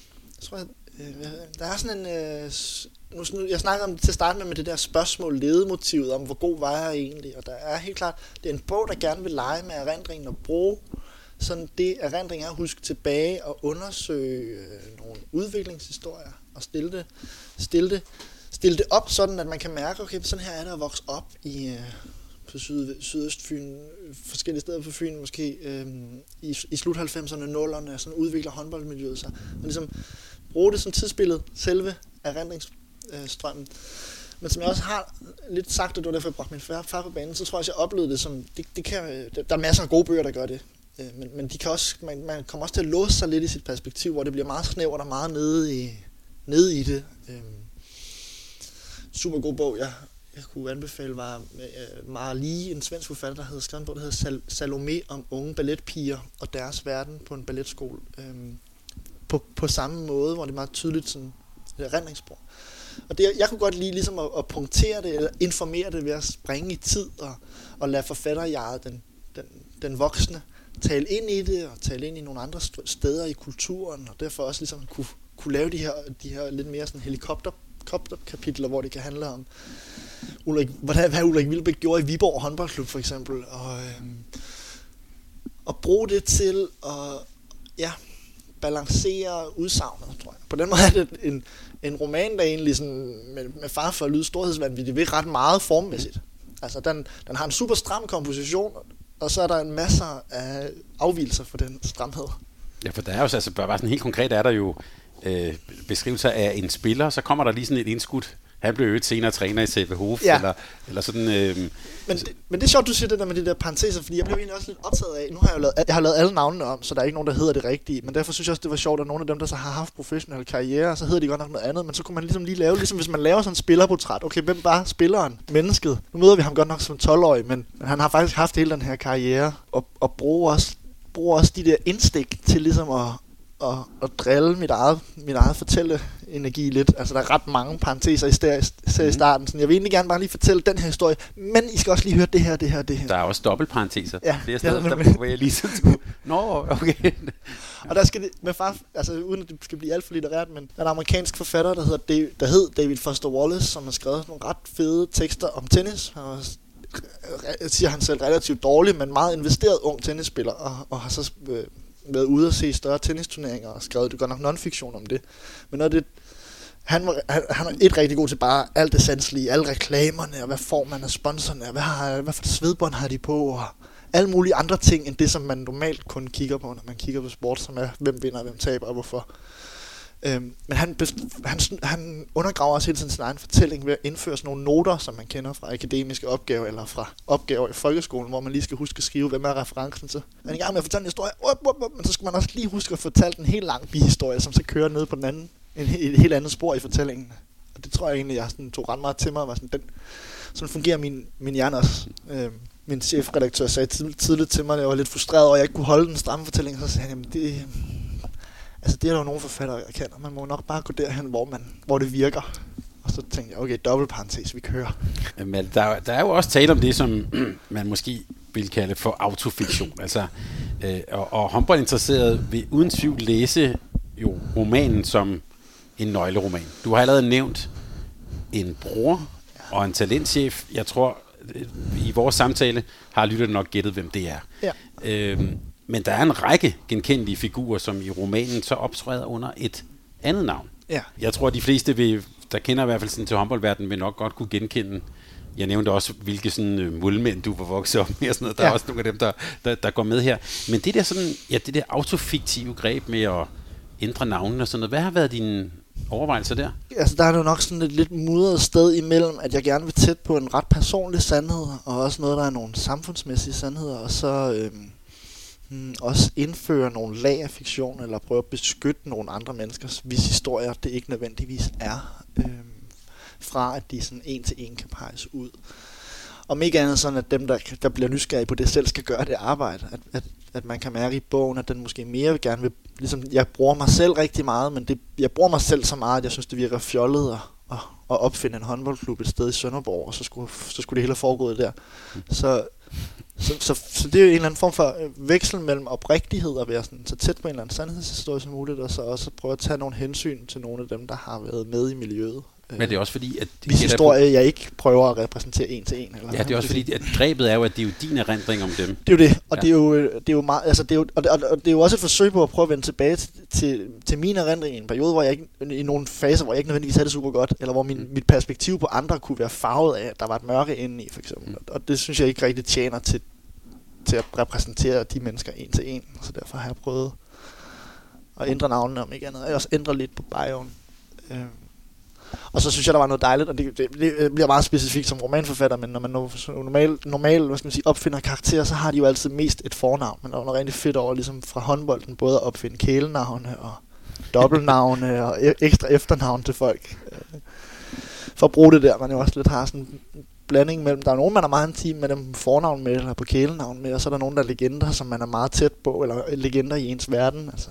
der er sådan en, jeg snakker om det til at starte med det der spørgsmål, ledemotivet om, hvor god var jeg egentlig, og der er helt klart, det er en bog, der gerne vil lege med erindringen og bruge sådan det erindring er at huske tilbage og undersøge nogle udviklingshistorier og stille det op sådan, at man kan mærke, okay, sådan her er det at vokse op på Sydøstfyn, forskellige steder på Fyn, måske i slut 90'erne, 0'erne, sådan udvikler håndboldmiljøet sig. Og ligesom bruge det som tidsbillede, selve erindringsstrømmen. Men som jeg også har lidt sagt, og det var derfor, jeg brugte min far på banen, så tror jeg også, jeg oplevede det som, der er masser af gode bøger, der gør det. Men de kan også, man kommer også til at låse sig lidt i sit perspektiv, hvor det bliver meget snævert og meget nede i det. Super god bog, jeg kunne anbefale, var Marlie, en svensk forfatter, der havde skrevet en bog, der hedder Salome, om unge balletpiger og deres verden på en balletskole. På samme måde, hvor det er meget tydeligt sådan et erindringsspor. Og det, jeg kunne godt lide ligesom at punktere det, eller informere det ved at springe i tid, og lade forfatterjeget, den voksne, tale ind i det, og tale ind i nogle andre steder i kulturen, og derfor også ligesom kunne lave de her lidt mere sådan helikopterkapitler, hvor det kan handle om hvad Ulrik Wilbæk gjorde i Viborg håndboldklub for eksempel, og bruge det til at balancere udsagnet, tror jeg. På den måde er det en roman, der egentlig sådan, med far for at lyde storhedsvanvittig, ved ret meget formmæssigt. Altså den har en super stram komposition, og så er der en masse af afvigelser for den stramhed. Ja, for der er jo altså bare sådan helt konkret, er der jo beskrivelser af en spiller, så kommer der lige sådan et indskudt. Han blev jo senere træner i CVH, eller sådan. Men det er sjovt, du siger det der med de der parenteser, fordi jeg blev egentlig også lidt optaget af, nu har jeg har lavet alle navnene om, så der er ikke nogen, der hedder det rigtige, men derfor synes jeg også, det var sjovt, at nogle af dem, der så har haft professionelle karriere, så hedder de godt nok noget andet, men så kunne man ligesom lige lave, ligesom hvis man laver sådan en spillerportræt, okay, hvem var spilleren, mennesket? Nu møder vi ham godt nok som 12-årig, men han har faktisk haft hele den her karriere, og bruger også de der indstik til ligesom at drille mit eget fortælleenergi lidt. Altså, der er ret mange parenteser i starten. Så jeg vil egentlig gerne bare lige fortælle den her historie, men I skal også lige høre det her. Der er også dobbeltparenteser. Ja, flere steder, hvor jeg lige sådan okay. Og der skal det, med far, altså uden at det skal blive alt for litterært, men der er en amerikansk forfatter, der hed David Foster Wallace, som har skrevet nogle ret fede tekster om tennis. Og siger han selv relativt dårligt, men meget investeret ung tennisspiller, og har så været ude og se større tennisturneringer og skrevet det godt nok non-fiktion om det. Men når det, han er et rigtig god til bare alt det sanselige, alle reklamerne, og hvad får man af sponsorerne, og hvad for svedbånd har de på, og alle mulige andre ting, end det, som man normalt kun kigger på, når man kigger på sport, som er, hvem vinder, hvem taber, og hvorfor. Men han undergraver også hele tiden sin egen fortælling ved at indføre sådan nogle noter, som man kender fra akademiske opgaver, eller fra opgaver i folkeskolen, hvor man lige skal huske at skrive, hvem er referencen til. Han er i gang med at fortælle en historie, men så skal man også lige huske at fortælle en helt lang bihistorie, som så kører ned på den anden, et helt andet spor i fortællingen. Og det tror jeg egentlig, jeg sådan tog ret meget til mig, og var sådan fungerer min hjerne også. Min chefredaktør sagde tidligt til mig, at jeg var lidt frustreret over, at jeg ikke kunne holde den stramme fortælling, så sagde han, jamen det er der jo nogle forfattere, jeg kender. Man må nok bare gå derhen, hvor det virker. Og så tænkte jeg, okay, dobbeltparentes, vi kører. Men der er jo også tale om det, som man måske vil kalde for autofiktion. Altså, og håndboldinteresseret vil uden tvivl læse jo romanen som en nøgleroman. Du har allerede nævnt en bror og en talentchef. Jeg tror, i vores samtale har lytterne nok gættet, hvem det er. Ja. Men der er en række genkendelige figurer, som i romanen så optræder under et andet navn. Ja. Jeg tror, de fleste, der kender i hvert fald sådan til håndboldverdenen, vil nok godt kunne genkende. Jeg nævnte også, hvilke sådan målmænd du var vokset op med og sådan noget. Der er også nogle af dem, der går med her. Men det der sådan, det der autofiktive greb med at ændre navnene og sådan noget, hvad har været dine overvejelser der? Altså, der er jo nok sådan et lidt mudret sted imellem, at jeg gerne vil tæt på en ret personlig sandhed, og også noget, der er nogle samfundsmæssige sandheder, og så også indføre nogle lag af fiktion, eller prøve at beskytte nogle andre menneskers, hvis historier det ikke nødvendigvis er, fra at de sådan en til en kan peges ud. Om ikke andet sådan, at dem, der bliver nysgerrige på det, selv skal gøre det arbejde. At man kan mærke i bogen, at den måske mere gerne vil... Ligesom, jeg bruger mig selv rigtig meget, men jeg bruger mig selv så meget, at jeg synes, det virker fjollet at opfinde en håndboldklub et sted i Sønderborg, og så skulle det hele have foregået der. Så det er jo en eller anden form for veksel mellem oprigtighed og være sådan, så tæt på en eller anden sandhedshistorie som muligt, og så også prøve at tage nogle hensyn til nogle af dem, der har været med i miljøet. Men det er også fordi, at... Hvis historie, jeg ikke prøver at repræsentere en til en. Eller ja, det er også fordi, at grebet er jo, at det er jo din erindring om dem. Det er jo det, og det er jo meget... Altså, det er jo også et forsøg på at prøve at vende tilbage til min erindring i en periode, hvor jeg ikke... I nogle faser, hvor jeg ikke nødvendigvis havde det super godt, eller hvor mit perspektiv på andre kunne være farvet af, at der var et mørke inde i, for eksempel. Og det synes jeg ikke rigtig tjener til at repræsentere de mennesker en til en. Så derfor har jeg prøvet at ændre navnene, om ikke andet. Jeg også ændre lidt på bioen. Og så synes jeg, der var noget dejligt, og det bliver meget specifikt som romanforfatter, men når man normalt hvad skal man sige, opfinder karakterer, så har de jo altid mest et fornavn. Men der var noget rigtig fedt over, ligesom fra håndbolden, både at opfinde kælenavne og dobbeltnavne og ekstra efternavn til folk. For at bruge det der, man jo også lidt har sådan en blanding mellem, der er nogen, man er meget intim med dem på med, eller på kælenavn med, og så er der nogen, der er legender, som man er meget tæt på, eller legender i ens verden, altså...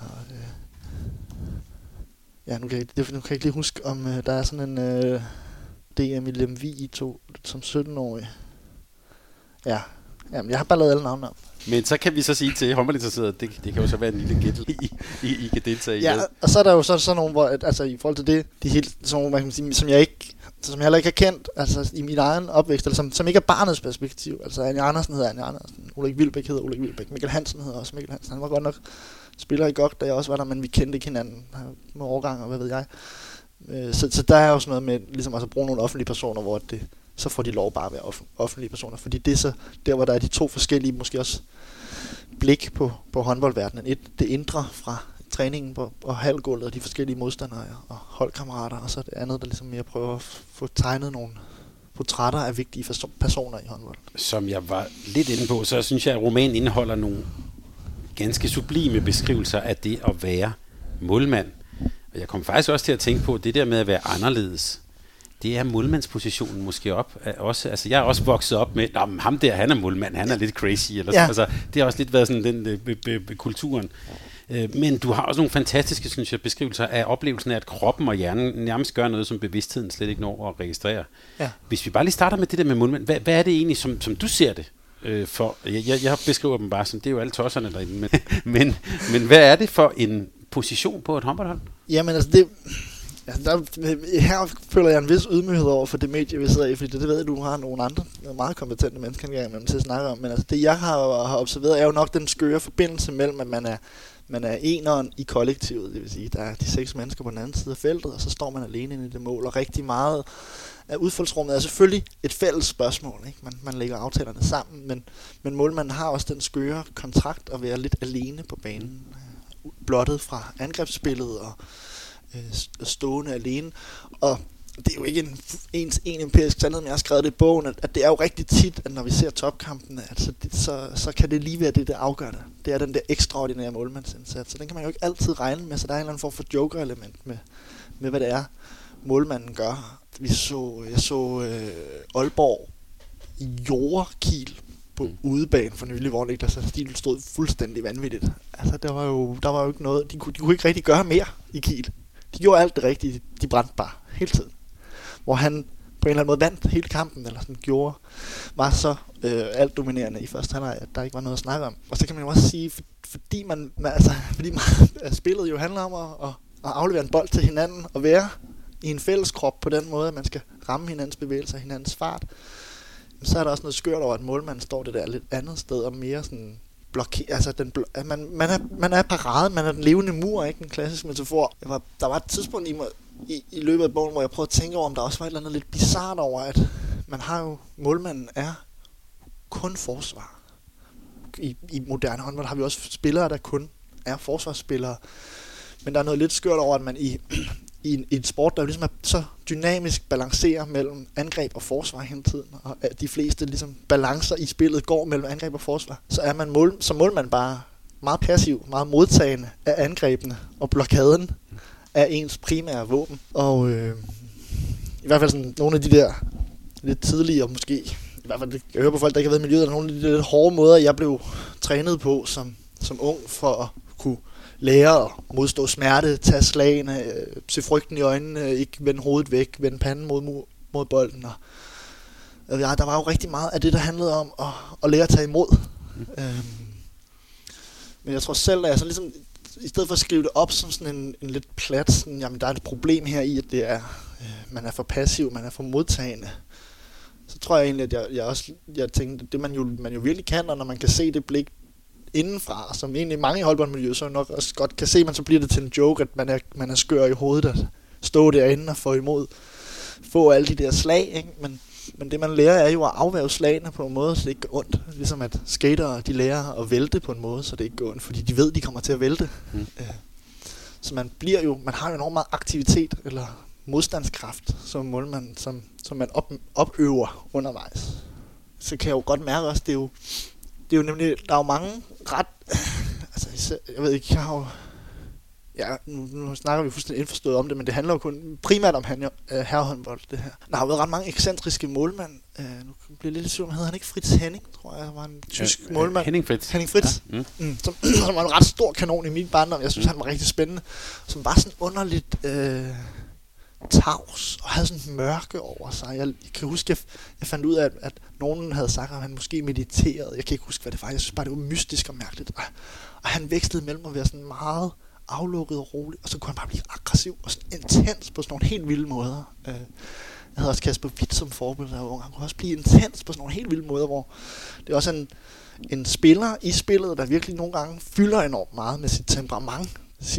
Ja, nu kan jeg ikke lige huske, om der er sådan en DM i Lemvig i som 17-årig. Ja, jamen, jeg har bare lavet alle navne om. Men så kan vi så sige til håndboldinteresserede, det kan jo så være en lille gæt, I kan deltage i. Ja, og så er der jo sådan nogle, hvor, altså i forhold til det, de helt sådan nogle, man kan sige, som jeg heller ikke har kendt, altså i min egen opvækst, eller som ikke er barnets perspektiv. Altså Anja Andersen hedder Anja Andersen, Ulrik Wilbæk hedder Ulrik Wilbæk, Mikkel Hansen hedder også Mikkel Hansen. Han var godt nok spiller i godt, da jeg også var der, men vi kendte ikke hinanden med årgang, og hvad ved jeg. Så der er jo sådan noget med ligesom altså at bruge nogle offentlige personer, hvor så får de lov bare at være offentlige personer, fordi det er så der, hvor der er de to forskellige, måske også blik på håndboldverdenen. Det indre fra træningen på halvgulvet, og de forskellige modstandere og holdkammerater, og så det andet, der ligesom mere prøver at få tegnet nogle portrætter af vigtige personer i håndbold. Som jeg var lidt inde på, så synes jeg, at romanen indeholder nogle ganske sublime beskrivelser af det at være målmand. Og jeg kom faktisk også til at tænke på, det der med at være anderledes. Det er målmandspositionen måske også. Altså jeg er også vokset op med, ham der, han er målmand, han er lidt crazy. Eller ja. Altså, det har også lidt været sådan den kulturen. Men du har også nogle fantastiske, synes jeg, beskrivelser af oplevelsen af, at kroppen og hjernen nærmest gør noget, som bevidstheden slet ikke når at registrere. Ja. Hvis vi bare lige starter med det der med målmand, hvad er det egentlig, som du ser det? Jeg beskriver dem bare som, det er jo alle tosserne derinde, men hvad er det for en position på et håndboldhold? Jamen altså her føler jeg en vis ydmyghed over for det medie, vi sidder i, fordi det ved jeg, du har nogle andre meget kompetente mennesker til at snakke om, men altså det jeg har observeret er jo nok den skøre forbindelse mellem, at man er eneren i kollektivet, det vil sige, der er de 6 mennesker på den anden side af feltet, og så står man alene inde i det mål, og rigtig meget af udfaldsrummet er selvfølgelig et fælles spørgsmål, ikke? Man lægger aftalerne sammen, men målmanden har også den skøre kontrakt at være lidt alene på banen, blottet fra angrebsspillet og stående alene, og det er jo ikke en empirisk sandhed, men jeg har skrevet det i bogen, at det er jo rigtig tit, at når vi ser topkampene, så kan det lige være det, der afgør det. Det er den der ekstraordinære målmandsindsats, så den kan man jo ikke altid regne med, så der er en eller anden form for joker-element med hvad det er, målmanden gør. Jeg så Aalborg jordkil på udebane for nylig, hvor Niklas Stil stod fuldstændig vanvittigt. Altså, der var jo ikke noget, de kunne ikke rigtig gøre mere i Kiel. De gjorde alt det rigtige, de brændte bare hele tiden. Hvor han på en eller anden måde vandt hele kampen, eller sådan var så alt dominerende i første halvleg, at der ikke var noget at snakke om. Og så kan man jo også sige, fordi spillet jo handler om at aflevere en bold til hinanden, og være i en fælles krop på den måde, at man skal ramme hinandens bevægelser, hinandens fart, så er der også noget skørt over, at målmanden står det der lidt andet sted, og mere sådan man er parade, man er den levende mur, ikke en klassisk metafor. Der var et tidspunkt i løbet af bogen, hvor jeg prøvede at tænke over, om der også var et eller andet lidt bizarrt over, at man har jo, målmanden er kun forsvar. I moderne håndbold har vi også spillere, der kun er forsvarsspillere. Men der er noget lidt skørt over, at man i et sport, der ligesom er så dynamisk balancerer mellem angreb og forsvar hele tiden, og at de fleste ligesom balancer i spillet går mellem angreb og forsvar, så er man som målmand bare meget passiv, meget modtagende af angrebene, og blokaden er ens primære våben. Og i hvert fald sådan nogle af de der lidt tidlige, og måske i hvert fald, jeg hører på folk, der ikke har været i miljøet, der er nogle af de lidt hårde måder, jeg blev trænet på som ung, for at kunne lære at modstå smerte, tage slagene, se frygten i øjnene, ikke vende hovedet væk, vende panden mod bolden. Og der var jo rigtig meget af det, der handlede om at lære at tage imod. Men jeg tror selv, at jeg så ligesom, i stedet for at skrive det op som sådan en lidt plat, sådan, jamen der er et problem her i, at det er, man er for passiv, man er for modtagende. Så tror jeg egentlig, at jeg tænkte, at det man jo virkelig kan, og når man kan se det blik indenfra, som egentlig mange i håndboldmiljøet så nok også godt kan se, men så bliver det til en joke, at man er skør i hovedet at stå derinde og få alle de der slag, ikke? Men det man lærer er jo at afværge slagene på en måde, så det ikke går ondt. Ligesom at skatere, de lærer at vælte på en måde, så det ikke går ondt, fordi de ved, de kommer til at vælte. Så man har jo enormt meget aktivitet eller modstandskraft som målmand, som man opøver undervejs. Så kan jeg jo godt mærke også, det er jo nemlig, der er jo mange ret, altså jeg ved ikke, nu snakker vi fuldstændig indforstået om det, men det handler jo kun primært om herrehåndbold, det her. Der har jo været ret mange ekscentriske målmænd. Nu bliver jeg lidt i tvivl, hedder han ikke Fritz Henning, tror jeg, var en tysk målmand. Henning Fritz. Ja. Som var en ret stor kanon i min barndom. Jeg synes, han var rigtig spændende. Som var sådan underligt tavs og havde sådan en mørke over sig. Jeg kan huske, jeg fandt ud af, at nogen havde sagt, at han måske mediterede. Jeg kan ikke huske, hvad det var. Jeg synes bare, det var mystisk og mærkeligt. Og han vækstede mellem at være sådan meget aflukket og rolig, og så kunne han bare blive aggressiv og sådan intens på sådan nogle helt vilde måder. Jeg havde også Kasper Witt som forbillede, der var ung. Han kunne også blive intens på sådan nogle helt vilde måder, hvor det er også en spiller i spillet, der virkelig nogle gange fylder enormt meget med sit temperament,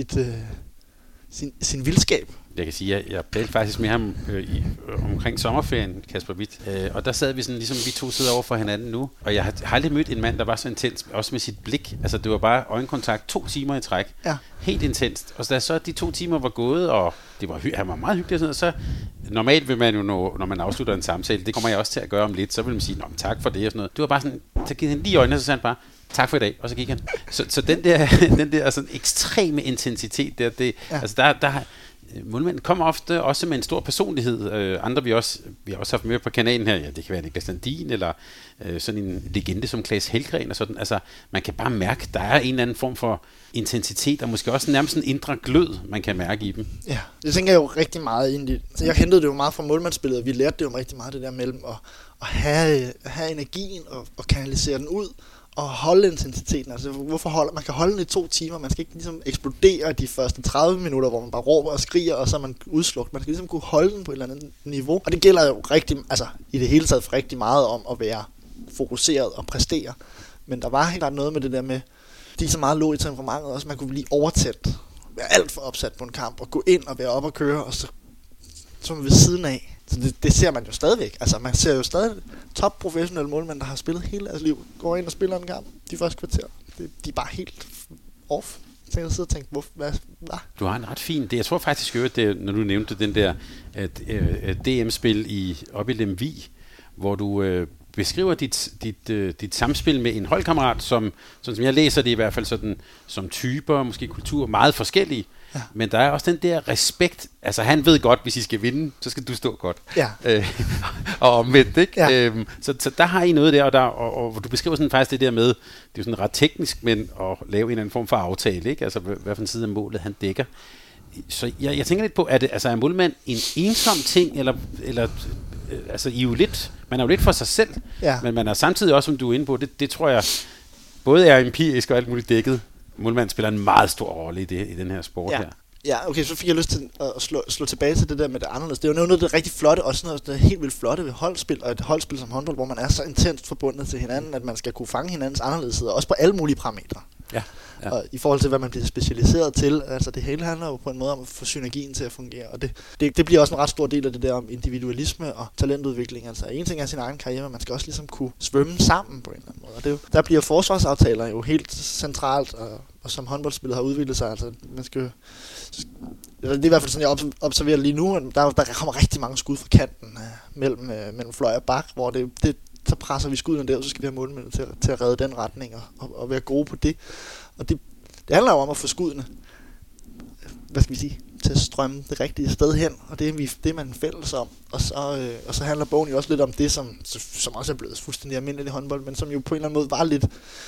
sin vildskab. Jeg kan sige, at jeg talte faktisk med ham omkring sommerferien, Kasper Witt, og der sad vi sådan, ligesom vi to sidder over for hinanden nu, og jeg har aldrig mødt en mand, der var så intens, også med sit blik. Altså det var bare øjenkontakt 2 timer i træk. Ja. Helt intenst. Og da så de 2 timer var gået, og han var meget hyggelig, og så normalt vil man jo, når man afslutter en samtale, det kommer jeg også til at gøre om lidt, så vil man sige, tak for det og sådan noget. Det var bare sådan, så gik han lige i øjnene, og så sagde han bare, tak for i dag, og så gik han. Så den der sådan ekstreme intensitet der, det, ja. Altså der målmænd kommer ofte også med en stor personlighed. Andre vi har også haft med på kanalen her, ja, det kan være Niklas Landin, eller sådan en legende som Claes Helgren og sådan. Altså, man kan bare mærke, der er en eller anden form for intensitet, og måske også nærmest en indre glød, man kan mærke i dem. Ja, det tænker jeg jo rigtig meget egentlig. Så jeg hentede det jo meget fra målmandsspillet, og vi lærte det jo rigtig meget det der mellem at have energien og kanalisere den ud, og holde intensiteten. Altså, man kan holde den i 2 timer. Man skal ikke ligesom eksplodere de første 30 minutter, hvor man bare råber og skriger, og så er man udslugt. Man skal ligesom kunne holde den på et eller andet niveau. Og det gælder jo i det hele taget for rigtig meget om at være fokuseret og præstere. Men der var helt klart noget med det der med, de så meget lå i temperamentet også, man kunne blive overtændt, være alt for opsat på en kamp, og gå ind og være op og køre, og så ved siden af. Så det ser man jo stadigvæk. Altså man ser jo stadig top professionelle målmænd, der har spillet hele deres liv, går ind og spiller en kamp de første kvarter. De er bare helt off. Jeg sidder og tænker, hvad? Du har en ret fin det. Jeg tror faktisk, når du nævnte den der DM-spil oppe i Lemvig, hvor du beskriver dit samspil med en holdkammerat, sådan som jeg læser det i hvert fald, sådan, som typer, måske kultur, meget forskellige. Ja. Men der er også den der respekt. Altså han ved godt, hvis I skal vinde, så skal du stå godt. Ja. Og omvendt, ikke? Ja. Så der har I noget der, og du beskriver sådan faktisk det der med, det er jo sådan ret teknisk, men at lave en eller anden form for aftale, ikke? Altså hvad for en side af målet han dækker. Så jeg tænker lidt på, er målmand en ensom ting, eller altså man er jo lidt for sig selv, ja. Men man er samtidig også, som du er inde på, det tror jeg, både er empirisk og alt muligt dækket. Målmanden spiller en meget stor rolle i den her sport her. Ja, okay, så fik jeg lyst til at slå tilbage til det der med det anderledes. Det er jo noget af det rigtig flotte, også noget af det helt vildt flotte ved holdspil, og et holdspil som håndbold, hvor man er så intenst forbundet til hinanden, at man skal kunne fange hinandens anderledeshed, også på alle mulige parametre. Ja. Og i forhold til, hvad man bliver specialiseret til, altså det hele handler jo på en måde om at få synergien til at fungere, og det bliver også en ret stor del af det der om individualisme og talentudvikling. Altså en ting er sin egen karriere, men man skal også ligesom kunne svømme sammen på en eller anden måde. Og der bliver forsvarsaftaler jo helt centralt, og som håndboldspillet har udviklet sig, altså man skal det er i hvert fald sådan, jeg observerer lige nu, at der kommer rigtig mange skud fra kanten mellem fløj og bak, hvor så presser vi skuddene der, og så skal vi have målmænd til at redde den retning og være gode på det. Og det handler jo om at få skuddene, hvad skal vi sige, til at strømme det rigtige sted hen, og det er man fælles om. Og så handler bogen jo også lidt om det, som også er blevet fuldstændig almindeligt i håndbold, men som jo på en eller anden måde var lidt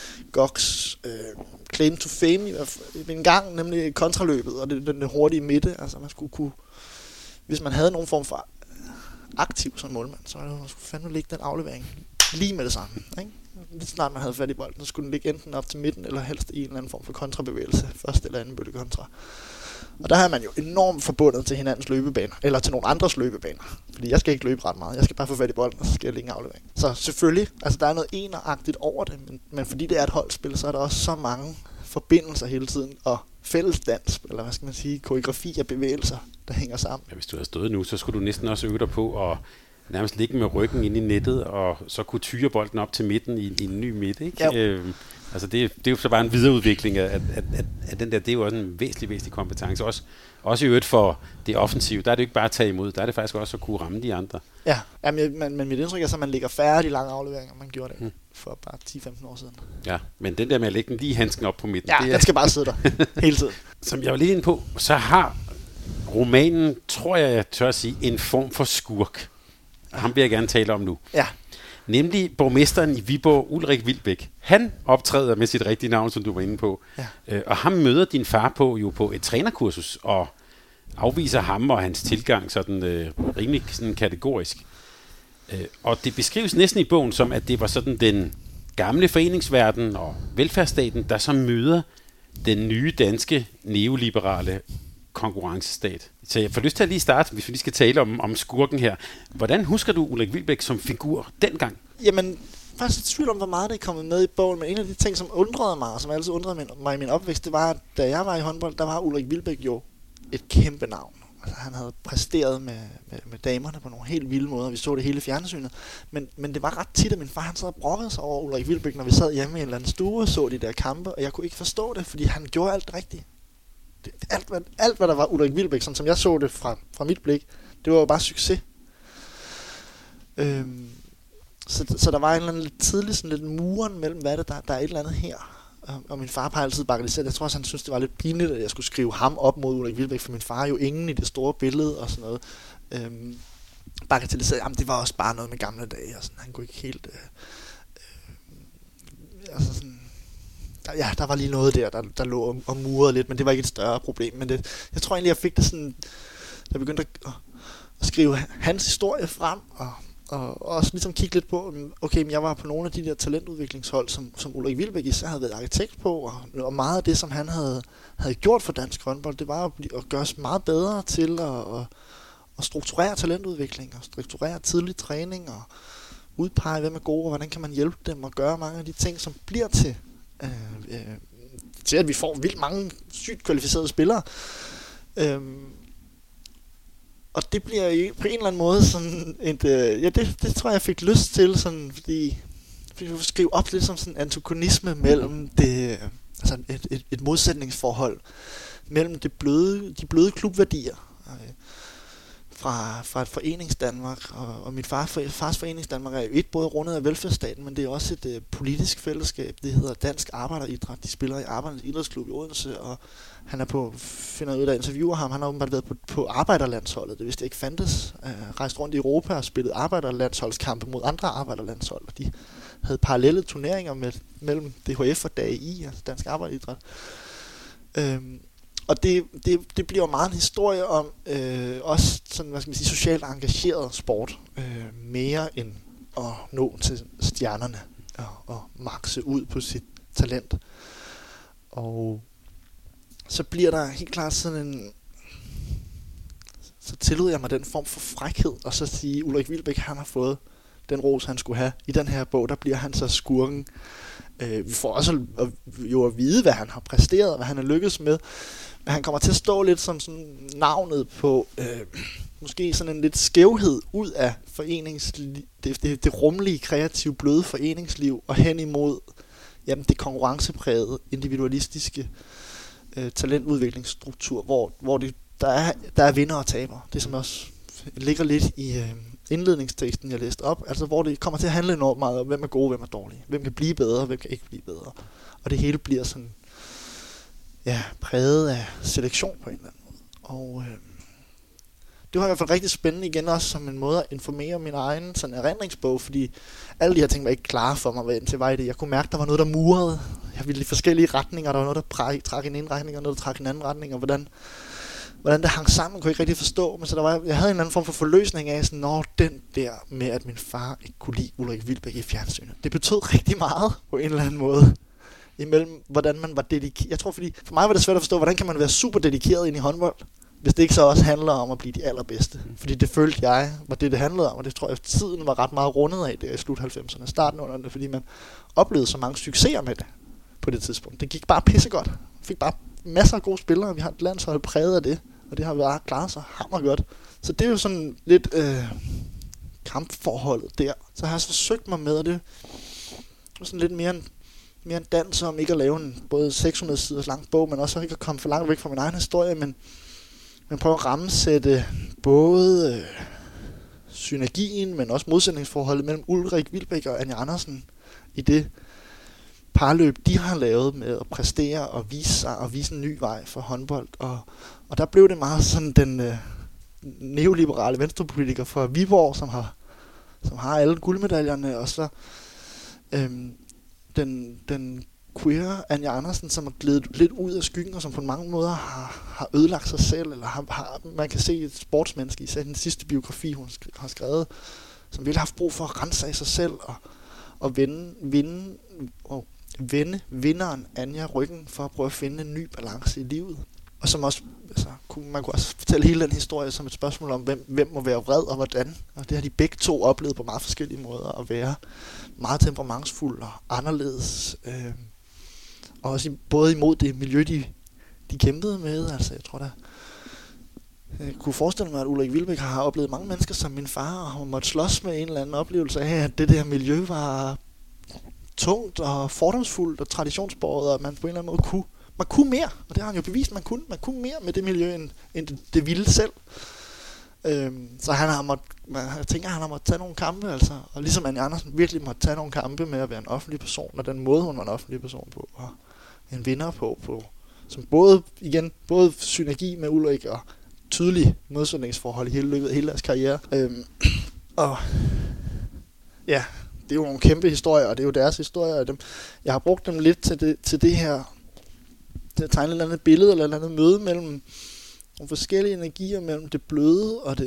Goks claim to fame i en gang, nemlig kontraløbet og den hurtige midte. Altså man skulle kunne, hvis man havde nogen form for aktiv som målmand, så man skulle fandme lægge den aflevering lige med det samme, ikke? Lige snart man havde fat i bolden, så skulle den ligge enten op til midten, eller helst i en eller anden form for kontrabevægelse, første eller anden bølge kontra. Og der er man jo enormt forbundet til hinandens løbebaner, eller til nogle andres løbebaner. Fordi jeg skal ikke løbe ret meget, jeg skal bare få fat i bolden, og så skal jeg lægge en aflevering. Så selvfølgelig, altså der er noget eneragtigt over det, men fordi det er et holdspil, så er der også så mange forbindelser hele tiden, og fællesdans, eller hvad skal man sige, koreografi af bevægelser, der hænger sammen. Ja, hvis du havde stået nu, så skulle du næsten også øve dig på at nærmest ligge med ryggen ind i nettet, og så kunne tyre bolden op til midten i en ny midt, ikke? Altså det er jo så bare en videreudvikling af den der, det er jo også en væsentlig kompetence. Også i øvrigt for det offensive, der er det jo ikke bare at tage imod, der er det faktisk også at kunne ramme de andre. Ja, men mit indtryk er så, at man lægger færre de lange afleveringer, man gjorde det for bare 10-15 år siden. Ja, men den der med at lægge den lige handsken op på midten. Ja, den skal bare sidde der hele tiden. Som jeg var lige inde på, så har romanen, tror jeg tør at sige, en form for skurk. Ham vil jeg gerne tale om nu. Ja. Nemlig borgmesteren i Viborg, Ulrik Wilbek. Han optræder med sit rigtige navn, som du var inde på. Ja. Og ham møder din far på et trænerkursus, og afviser ham og hans tilgang sådan rimelig sådan kategorisk. Og det beskrives næsten i bogen som, at det var sådan den gamle foreningsverden og velfærdsstaten, der så møder den nye danske neoliberale konkurrencestat. Så jeg får lyst til at lige starte, hvis vi lige skal tale om skurken her. Hvordan husker du Ulrik Wilbek som figur dengang? Jamen, faktisk i tvivl om, hvor meget det er kommet med i bogen, men en af de ting, som undrede mig, og som altid undrede mig i min opvækst, det var, at da jeg var i håndbold, der var Ulrik Wilbek jo et kæmpe navn. Altså, han havde præsteret med damerne på nogle helt vilde måder. Vi så det hele fjernsynet. Men det var ret tit, at min far han sad og brokkede sig over Ulrik Wilbek, når vi sad hjemme i en eller anden stue og så de der kampe, og jeg kunne ikke forstå det, fordi han gjorde alt rigtigt. Alt hvad der var Ulrik Wilbek, som jeg så det fra mit blik, det var jo bare succes. Så der var en eller anden lidt tidlig sådan lidt muren mellem, hvad det der er et eller andet her. Og min far har altid bagatelliseret. Jeg tror også, han synes, det var lidt pinligt, at jeg skulle skrive ham op mod Ulrik Wilbek, for min far er jo ingen i det store billede og sådan noget. Bagatelliseret, jamen det var også bare noget med gamle dage, og sådan, han kunne ikke helt... altså sådan... Ja, der var lige noget der lå og murede lidt, men det var ikke et større problem. Men jeg tror egentlig, jeg fik det sådan... Jeg begyndte at skrive hans historie frem, og også ligesom kigge lidt på, okay, men jeg var på nogle af de der talentudviklingshold, som Ulrik Wilbek især havde været arkitekt på, og meget af det, som han havde gjort for dansk håndbold, det var at gøre os meget bedre til at strukturere talentudvikling, og strukturere tidlig træning, og udpege, hvem er gode, og hvordan kan man hjælpe dem, og gøre mange af de ting, som bliver til at vi får vildt mange sygt kvalificerede spillere. Og det bliver på en eller anden måde sådan det tror jeg fik lyst til, sådan, fordi vi skrive op lidt som sådan en antagonisme mellem det, altså et modsætningsforhold mellem de bløde klubværdier fra et Foreningsdanmark, og min fars Foreningsdanmark er jo både rundet af velfærdsstaten, men det er også et politisk fællesskab. Det hedder Dansk Arbejderidræt. De spiller i Arbejdernes Idrætsklub i Odense, og han er finder ud af, interviewer ham. Han har åbenbart været på arbejderlandsholdet. Det vidste jeg ikke fandtes. Rejst rundt i Europa og spillet arbejderlandsholdskampe mod andre arbejderlandshold. Og de havde parallelle turneringer mellem DHF og DAI, altså Dansk Arbejderidræt. Og det bliver jo meget en historie om også sådan, hvad skal man sige, socialt engageret sport, mere end at nå til stjernerne og makse ud på sit talent. Og så bliver der helt klart sådan så tillod jeg mig den form for frækhed, og så sige, Ulrik Wilbek, han har fået den ros, han skulle have. I den her bog, der bliver han så skurken. Vi får også at vide, hvad han har præsteret, hvad han har lykkedes med. Men han kommer til at stå lidt som sådan navnet på måske sådan en lidt skævhed ud af det rummelige, kreative, bløde foreningsliv, og hen imod det konkurrenceprægede, individualistiske talentudviklingsstruktur, hvor der er vinder og taber. Det som også ligger lidt i indledningsteksten, jeg læste op, altså hvor det kommer til at handle enormt meget om, hvem er gode, hvem er dårlige, hvem kan blive bedre, hvem kan ikke blive bedre. Og det hele bliver sådan præget af selektion på en eller anden måde. Og det var i hvert fald rigtig spændende igen også som en måde at informere min egen sådan erindringsbog, fordi alle de her ting var ikke klare for mig, hvad indtil var i det. Jeg kunne mærke, der var noget, der murede. Jeg ville i forskellige retninger, der var noget, der trak i en ene retning, og noget, der trak i en anden retning, og hvordan det hang sammen, kunne jeg ikke rigtig forstå. Men så jeg havde en anden form for forløsning af, sådan, den der med, at min far ikke kunne lide Ulrik Wilbek i fjernsynet. Det betød rigtig meget på en eller anden måde. Imellem, hvordan man var dedikeret. Jeg tror, fordi for mig var det svært at forstå, hvordan kan man være super dedikeret ind i håndbold, hvis det ikke så også handler om at blive de allerbedste. Fordi det følte jeg var det handlede om, og det tror jeg, at tiden var ret meget rundet af det i slut 90'erne, starten under det, fordi man oplevede så mange succeser med det på det tidspunkt. Det gik bare pissegodt. Vi fik bare masser af gode spillere, vi har et landshold præget af det, og det har været klaret sig hammergodt. Så det er jo sådan lidt kampforholdet der. Så har jeg så forsøgt mig med, og det er sådan lidt mere en dans om ikke at lave en både 600 siders lang bog, men også ikke at komme for langt væk fra min egen historie, men prøve at rammesætte både synergien, men også modsætningsforholdet mellem Ulrik Wilbek og Anja Andersen i det parløb, de har lavet med at præstere og vise sig og vise en ny vej for håndbold. Og der blev det meget sådan den neoliberale venstrepolitiker fra Viborg, som har alle guldmedaljerne, og så den queer Anja Andersen, som er gledet lidt ud af skyggen, og som på mange måder har ødelagt sig selv, eller man kan se et sportsmenneske, især den sidste biografi, hun har skrevet, som virkelig har haft brug for at rense af sig selv, og vende vinderen Anja ryggen, for at prøve at finde en ny balance i livet. Og som også, man kunne også fortælle hele den historie som et spørgsmål om, hvem må være vred og hvordan. Og det har de begge to oplevet på meget forskellige måder, at være meget temperamentsfuld og anderledes. Og også både imod det miljø, de kæmpede med. Altså, jeg tror jeg kunne forestille mig, at Ulrik Wilbek har oplevet mange mennesker som min far, og har måttet slås med en eller anden oplevelse af, at det der miljø var tungt og fordomsfuldt og traditionsbåret, og man på en eller anden måde kunne mere, og det har han jo bevist, man kunne mere med det miljø, end det ville selv. Så jeg tænker, han har måttet tage nogle kampe, altså, og ligesom Anja Andersen virkelig måtte tage nogle kampe med at være en offentlig person, og den måde, hun var en offentlig person på, og en vinder på som både synergi med Ulrik og tydelig modsætningsforhold i hele løbet af hele deres karriere. Og ja, det er jo nogle kæmpe historier, og det er jo deres historier, og jeg har brugt dem lidt til det her, til at tegne et eller andet billede, eller et eller andet møde mellem nogle forskellige energier, mellem det bløde og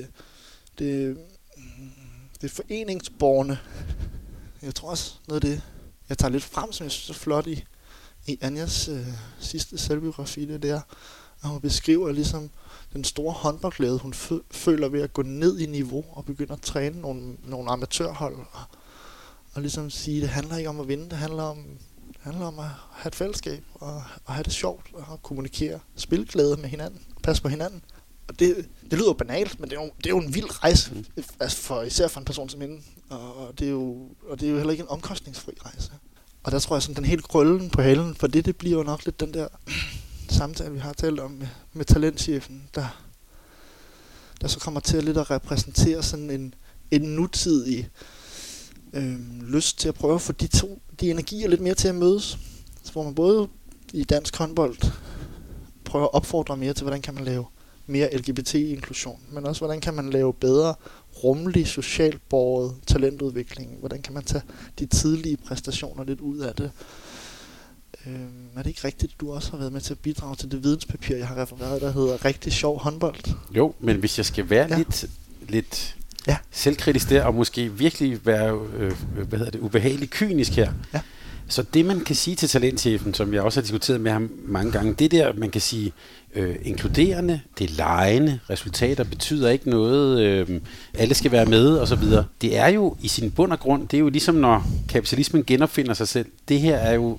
det foreningsborne. Jeg tror også noget af det, jeg tager lidt frem, som jeg synes er flot i Anjas sidste selvbiografi, det der, at hun beskriver ligesom den store håndboldglæde, hun føler ved at gå ned i niveau og begynde at træne nogle amatørhold, og ligesom sige, det handler ikke om at vinde, det handler om at have et fællesskab, og have det sjovt, og kommunikere, spilglæde med hinanden, passe på hinanden. Og det lyder jo banalt, men det er jo en vild rejse, altså især for en person som hende, og det er jo heller ikke en omkostningsfri rejse. Og der tror jeg sådan, den helt krøllen på halen, for det bliver jo nok lidt den der samtale, vi har talt om med talentchefen, der så kommer til lidt at repræsentere sådan en nutidig lyst til at prøve at få de energier lidt mere til at mødes. Så hvor man både i dansk håndbold prøver at opfordre mere til, hvordan kan man lave mere LGBT-inklusion, men også hvordan kan man lave bedre rummelig, socialt båret talentudvikling. Hvordan kan man tage de tidlige præstationer lidt ud af det. Er det ikke rigtigt, at du også har været med til at bidrage til det videnspapir, jeg har refereret, der hedder Rigtig sjov håndbold? Jo, men hvis jeg skal være lidt selvkritisk der, og måske virkelig være ubehageligt kynisk her, Så det, man kan sige til talentchefen, som jeg også har diskuteret med ham mange gange, det der, man kan sige, inkluderende, det er legende, resultater betyder ikke noget, alle skal være med, og så videre. Det er jo i sin bund og grund, det er jo ligesom når kapitalismen genopfinder sig selv. Det er jo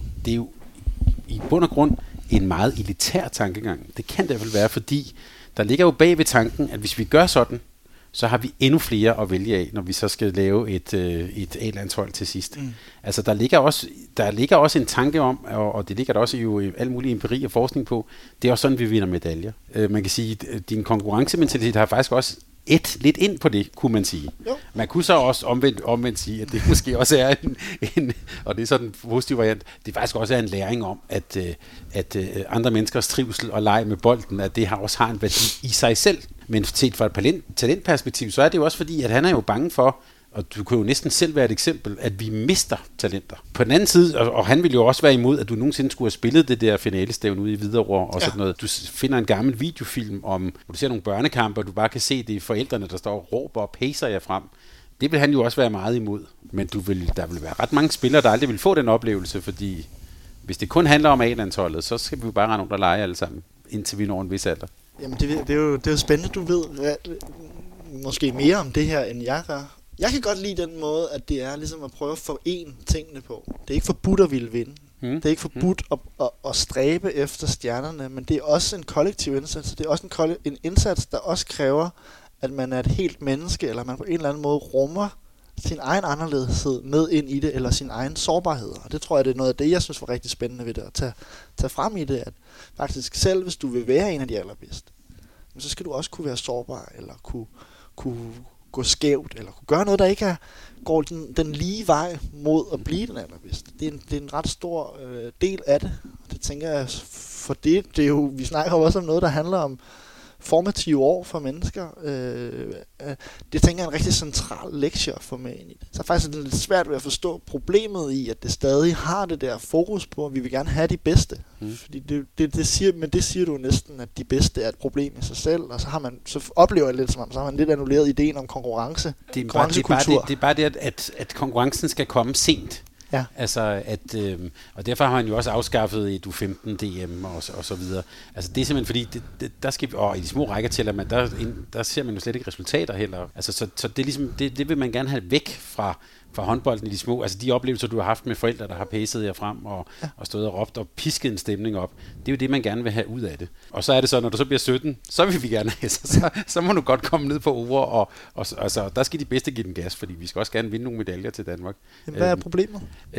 i bund og grund en meget elitær tankegang. Det kan det i hvert fald være, fordi der ligger jo bag ved tanken, at hvis vi gør sådan, så har vi endnu flere at vælge af, når vi så skal lave et A-landshold til sidst. Altså der ligger også en tanke om, og det ligger der også jo al mulig empiri og forskning på, det er også sådan, vi vinder medaljer. Man kan sige, at din konkurrencementalitet har faktisk også lidt ind på det, kunne man sige. Jo. Man kunne så også omvendt sige, at det måske også er en og det er sådan en positiv variant, det faktisk også er en læring om, at andre menneskers trivsel og leg med bolden, at det også har en værdi i sig selv. Men set fra et talentperspektiv, så er det jo også fordi, at han er jo bange for, og du kan jo næsten selv være et eksempel, at vi mister talenter. På den anden side, og han vil jo også være imod, at du nogensinde skulle have spillet det der finalestævne ude i Hvidovre og sådan noget. Du finder en gammel videofilm om, hvor du ser nogle børnekampe, og du bare kan se det forældrene, der står og råber og pacer jer frem. Det vil han jo også være meget imod. Men der vil være ret mange spillere, der aldrig vil få den oplevelse, fordi hvis det kun handler om A-landsholdet, så skal vi jo bare rende rundt og lege alle sammen, indtil vi når en vis alder. Jamen det er jo spændende, du ved måske mere om det her, end jeg gør. Jeg kan godt lide den måde, at det er ligesom at prøve at forene tingene på. Det er ikke forbudt at ville vinde. Det er ikke forbudt at stræbe efter stjernerne, men det er også en kollektiv indsats. Det er også en indsats, der også kræver, at man er et helt menneske, eller man på en eller anden måde rummer sin egen anderledeshed med ind i det, eller sin egen sårbarhed. Og det tror jeg, det er noget af det, jeg synes var rigtig spændende ved det, at tage frem i det, at faktisk selv, hvis du vil være en af de allerbedste, så skal du også kunne være sårbar, eller kunne gå skævt, eller kunne gøre noget, der ikke går den lige vej mod at blive den allerbedste. Det er en ret stor del af det. Det tænker jeg, for det er jo, vi snakker også om noget, der handler om formative år for mennesker. Det tænker jeg er en rigtig central lektie for mig ind i det. Så er faktisk lidt svært ved at forstå problemet i, at det stadig har det der fokus på, at vi vil gerne have de bedste. Fordi det siger du næsten, at de bedste er et problem i sig selv, og så oplever jeg lidt som om, så har man lidt annulleret ideen om konkurrencekultur. Det er bare det, at konkurrencen skal komme sent. Ja. Altså og derfor har man jo også afskaffet et U15 DM og så videre. Altså det er simpelthen fordi der skal i de små rækker tæller man der ser man jo slet ikke resultater heller. Altså så det er ligesom det vil man gerne have væk fra håndbolden i de små, altså de oplevelser, du har haft med forældre, der har pacet jer frem og stået og råbt og pisket en stemning op. Det er jo det, man gerne vil have ud af det. Og så er det så, når du så bliver 17, så vil vi gerne have, så må du godt komme ned på ord, og så der skal de bedste give den gas, fordi vi skal også gerne vinde nogle medaljer til Danmark. Jamen, hvad er problemet?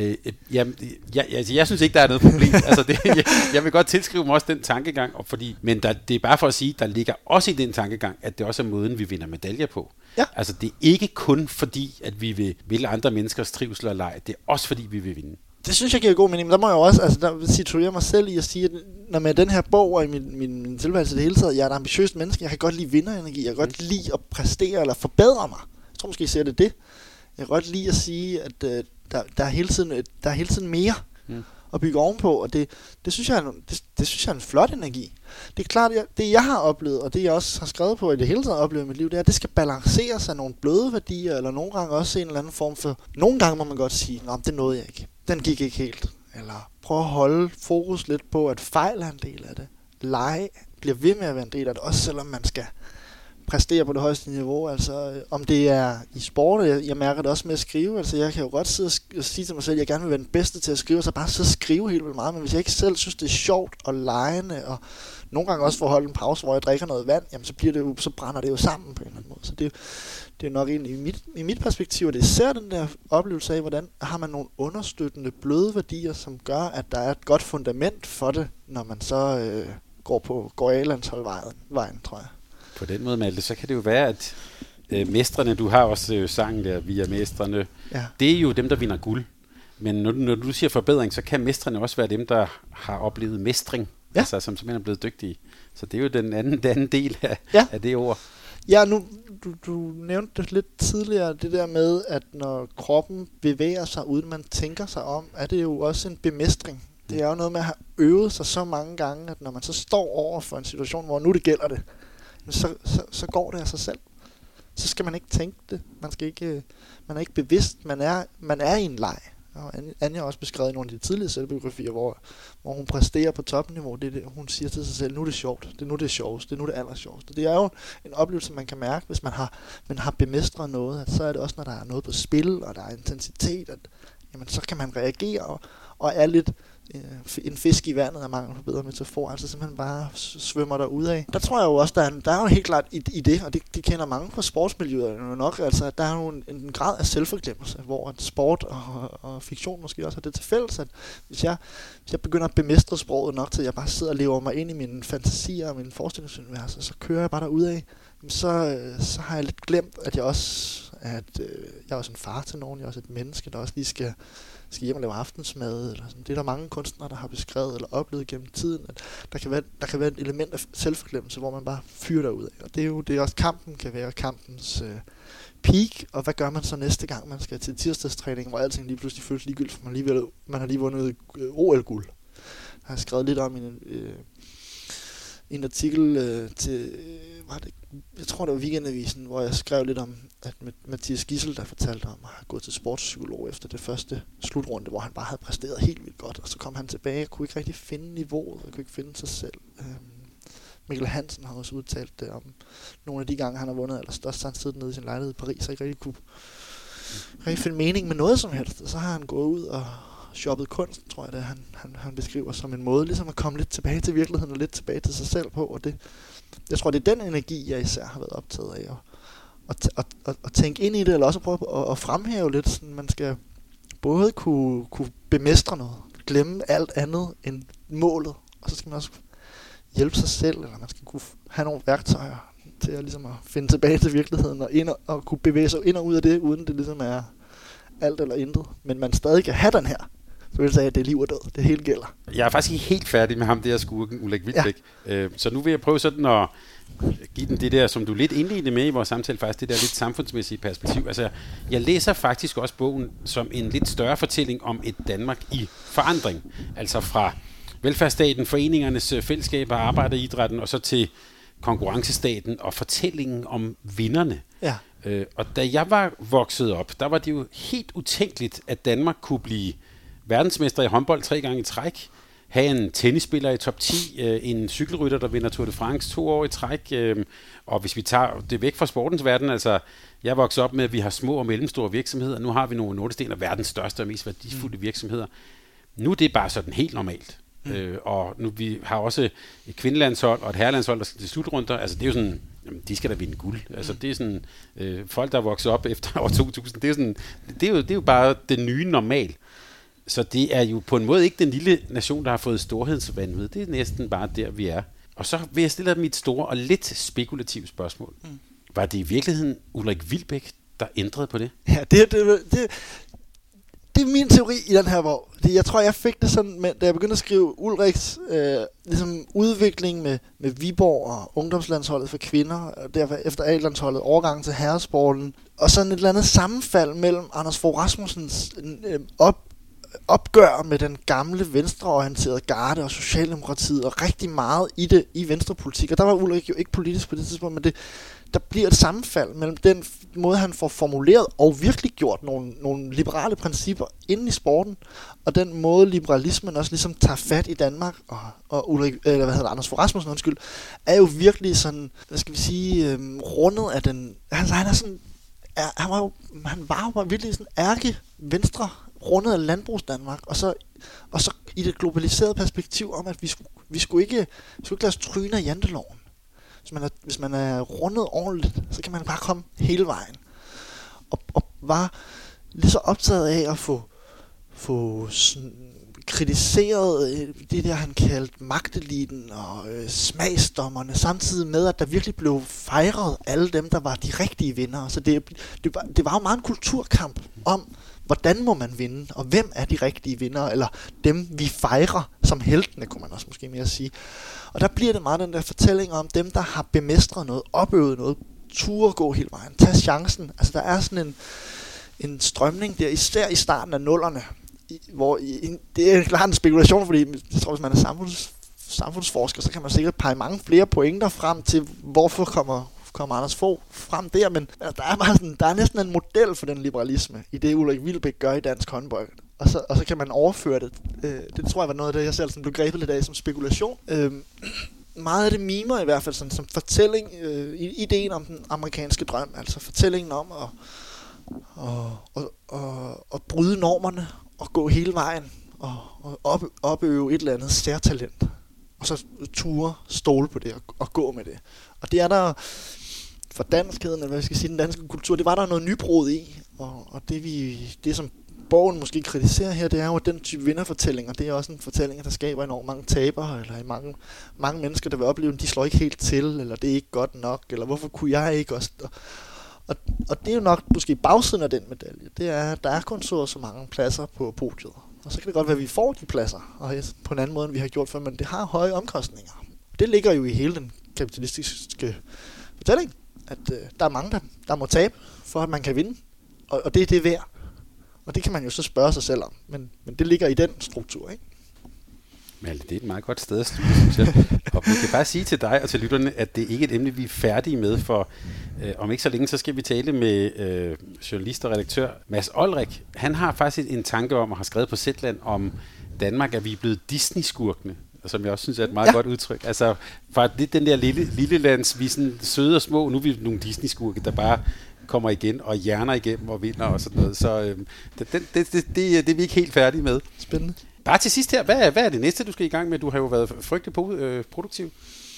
Jeg synes ikke, der er noget problem. Altså jeg vil godt tilskrive mig også den tankegang, men det er bare for at sige, der ligger også i den tankegang, at det også er måden, vi vinder medaljer på. Ja. Altså det er ikke kun fordi, at vi vil andre menneskers trivsel og leg. Det er også fordi, vi vil vinde. Det synes jeg giver god mening, men der må jeg også der situere mig selv i at sige, at når med den her bog og i min tilværelse det hele taget, jeg er et ambitiøst menneske, jeg kan godt lide vinderenergi, jeg kan godt lide at præstere eller forbedre mig. Jeg tror måske, jeg ser det. Jeg kan godt lide at sige, at der er hele tiden mere at bygge ovenpå, og det synes jeg er en flot energi. Det er klart, det jeg har oplevet, og det jeg også har skrevet på i det hele taget oplevet i mit liv, det er, at det skal balanceres af nogle bløde værdier, eller nogle gange også en eller anden form for, nogle gange må man godt sige, nå, det nåede jeg ikke. Den gik ikke helt. Eller prøv at holde fokus lidt på, at fejl er en del af det. Lege bliver ved med at være en del af det, også selvom man skal præstere på det højeste niveau. Altså, om det er i sport, jeg mærker det også med at skrive. Altså, jeg kan jo godt sidde og sige til mig selv, at jeg gerne vil være den bedste til at skrive, så bare sidde og skrive helt vildt meget. Men hvis jeg ikke selv synes, det er sjovt og legende, og nogle gange også får holde en pause, hvor jeg drikker noget vand, jamen så brænder det jo sammen på en eller anden måde. Så det er nok egentlig i mit perspektiv, at det især den der oplevelse af, hvordan har man nogle understøttende bløde værdier, som gør, at der er et godt fundament for det, når man så går A-landsholdvejen, tror jeg. På den måde, Malte, så kan det jo være, at mestrene, du har også sangen der, vi er mestrene, det er jo dem, der vinder guld. Men når du siger forbedring, så kan mestrene også være dem, der har oplevet mestring, altså som simpelthen er blevet dygtige. Så det er jo den anden del af det ord. Ja, nu du nævnte det lidt tidligere, det der med, at når kroppen bevæger sig, uden man tænker sig om, er det jo også en bemestring. Det er jo noget med at have øvet sig så mange gange, at når man så står over for en situation, hvor nu det gælder det, så går det af sig selv. Så skal man ikke tænke det. Man er ikke bevidst. Man er i en leg. Og Anja har også beskrevet i nogle af de tidlige selvbiografier, hvor hun præsterer på topniveau. Det er det, hun siger til sig selv, nu er det sjovt, det er nu det er sjovest, det er nu det allersjoveste. Det er jo en oplevelse, man kan mærke, hvis man har bemestret noget, at så er det også, når der er noget på spil, og der er intensitet, at jamen, så kan man reagere, og er lidt en fisk i vandet, er mangel på bedre metafor, altså simpelthen bare svømmer der ud af. Der tror jeg jo også, der er jo helt klart i det, og det kender mange fra sportsmiljøet nok, altså at der er jo en grad af selvforglemmelse, hvor at sport og fiktion måske også har det til fælles, at hvis jeg begynder at bemestre sproget nok til, at jeg bare sidder og lever mig ind i mine fantasier og mine forestillingsuniverser, så kører jeg bare derud af, så har jeg lidt glemt, at jeg er også en far til nogen, jeg er også et menneske, der også lige skal hjem og lave aftensmad, eller sådan. Det er der mange kunstnere, der har beskrevet eller oplevet gennem tiden, at der kan være et element af selvforglemmelse, hvor man bare fyrer derud af. Og det er jo det også kampen kan være, kampens peak, og hvad gør man så næste gang, man skal til tirsdagstræning, hvor alting lige pludselig føles ligegyldigt, for man har lige vundet OL-guld. Jeg har skrevet lidt om en artikel til, jeg tror det var Weekendavisen, hvor jeg skrev lidt om, at Mathias Gidsel, der fortalte om at have gået til sportspsykolog efter det første slutrunde, hvor han bare havde præsteret helt vildt godt, og så kom han tilbage og kunne ikke rigtig finde niveauet, og kunne ikke finde sig selv. Mikkel Hansen har også udtalt det om nogle af de gange, han har vundet allerstørst, så han siddet nede i sin lejlighed i Paris, og ikke rigtig kunne finde mening med noget som helst, og så har han gået ud og shoppet kunst, tror jeg det han beskriver som en måde ligesom at komme lidt tilbage til virkeligheden og lidt tilbage til sig selv på, og det jeg tror det er den energi jeg især har været optaget af at tænke ind i det, eller også prøve at fremhæve lidt, sådan man skal både kunne bemestre noget, glemme alt andet end målet, og så skal man også hjælpe sig selv, eller man skal kunne have nogle værktøjer til at ligesom at finde tilbage til virkeligheden og kunne bevæge sig ind og ud af det, uden det ligesom er alt eller intet, men man stadig kan have den her følelse af, at det er liv og død. Det hele gælder. Jeg er faktisk ikke helt færdig med ham der skurken, Ulrik Wilbek. Ja. Så nu vil jeg prøve sådan at give den det der, som du lidt indledte med i vores samtale, faktisk det der lidt samfundsmæssige perspektiv. Altså, jeg læser faktisk også bogen som en lidt større fortælling om et Danmark i forandring. Altså fra velfærdsstaten, foreningernes fællesskaber, arbejderidrætten, og så til konkurrencestaten og fortællingen om vinderne. Ja. Og da jeg var vokset op, der var det jo helt utænkeligt, at Danmark kunne blive verdensmester i håndbold 3 gange i træk, have en tennisspiller i top 10, en cykelrytter, der vinder Tour de France 2 år i træk, og hvis vi tager det væk fra sportens verden, altså jeg voksede op med, at vi har små og mellemstore virksomheder, nu har vi nogle Nordesten af verdens største og mest værdifulde virksomheder. Nu er det bare sådan helt normalt. Og nu vi har også et kvindelandshold og et herrelandshold, der skal til slutrunder, altså det er jo sådan, jamen, de skal da vinde guld. Altså det er sådan, folk der er vokset op efter år 2000, det er sådan, det er jo bare det nye normal. Så det er jo på en måde ikke den lille nation, der har fået storhedsvanvid. Det er næsten bare der, vi er. Og så vil jeg stille dig mit store og lidt spekulative spørgsmål. Var det i virkeligheden Ulrik Wilbek, der ændrede på det? Ja, det er min teori i den her bog. Jeg tror, jeg fik det sådan, da jeg begyndte at skrive Ulriks ligesom udvikling med Viborg og ungdomslandsholdet for kvinder, og derfor efter A-landsholdet, overgang til herresporten, og sådan et eller andet sammenfald mellem Anders Fogh Rasmussens opgør med den gamle venstreorienterede garde og Socialdemokratiet, og rigtig meget i det i venstrepolitik. Og der var Ulrik jo ikke politisk på det tidspunkt, men der bliver et sammenfald mellem den måde, han får formuleret og virkelig gjort nogle liberale principper inde i sporten, og den måde, liberalismen også ligesom tager fat i Danmark, og Anders Fogh Rasmussen, er jo virkelig sådan, hvad skal vi sige, rundet af den. Han er sådan, han var jo virkelig sådan ærke venstre, rundet af landbrugsdanmark, og så i det globaliserede perspektiv om, at vi skulle ikke lade os tryne af janteloven. Hvis man er rundet ordentligt, så kan man bare komme hele vejen. Og var lige så optaget af at få kritiseret det der, han kaldte magteliten og smagsdommerne, samtidig med, at der virkelig blev fejret alle dem, der var de rigtige vindere. Så det var jo meget en kulturkamp om, hvordan må man vinde, og hvem er de rigtige vindere, eller dem, vi fejrer som heltene, kunne man også måske mere sige. Og der bliver det meget den der fortælling om dem, der har bemestret noget, opøvet noget, turde gå hele vejen, tage chancen. Altså der er sådan en strømning der, især i starten af nullerne, hvor det er klart en spekulation, fordi jeg tror, hvis man er samfundsforsker, så kan man sikkert pege mange flere pointer frem til, hvorfor kom Anders Fogh frem der, men der er næsten en model for den liberalisme i det Ulrik Wilbek gør i dansk håndbold. Og så kan man overføre det. Det tror jeg var noget af det, jeg selv sådan blev grebet lidt af som spekulation. Meget af det mimer i hvert fald sådan, som fortælling, ideen om den amerikanske drøm, altså fortællingen om at bryde normerne og gå hele vejen og opøve et eller andet særtalent. Og så ture, stole på det og gå med det. Og det er der for danskheden, eller hvad jeg skal sige, den danske kultur, det var der noget nybrud i. Og det som bogen måske kritiserer her, det er jo, at den type vinderfortællinger, det er også en fortælling, der skaber enormt mange tabere, eller mange mennesker, der vil opleve, at de slår ikke helt til, eller det er ikke godt nok, eller hvorfor kunne jeg ikke også... Og det er jo nok måske bagsiden af den medalje. Det er, at der er kun så mange pladser på podiet. Og så kan det godt være, at vi får de pladser, og på en anden måde, end vi har gjort før, men det har høje omkostninger. Det ligger jo i hele den kapitalistiske fortælling, at der er mange, der må tabe, for at man kan vinde. Og det er det værd. Og det kan man jo så spørge sig selv om. Men det ligger i den struktur, ikke? Malte, det er et meget godt sted at slutte, synes jeg. Og vi kan bare sige til dig og til lytterne, at det ikke er et emne, vi er færdige med, for om ikke så længe, så skal vi tale med journalist og redaktør Mads Olrik. Han har faktisk en tanke om, og har skrevet på Zetland om Danmark, at vi er blevet Disney-skurkene, som jeg også synes er et meget godt udtryk. Altså, fra den der lille lands, vi er sådan søde og små, nu er vi nogle Disney-skurke, der bare kommer igen og hjerner igennem og vinder og sådan noget. Så det er vi ikke helt færdige med. Spændende. Bare til sidst her, hvad er det næste, du skal i gang med? Du har jo været frygtelig produktiv.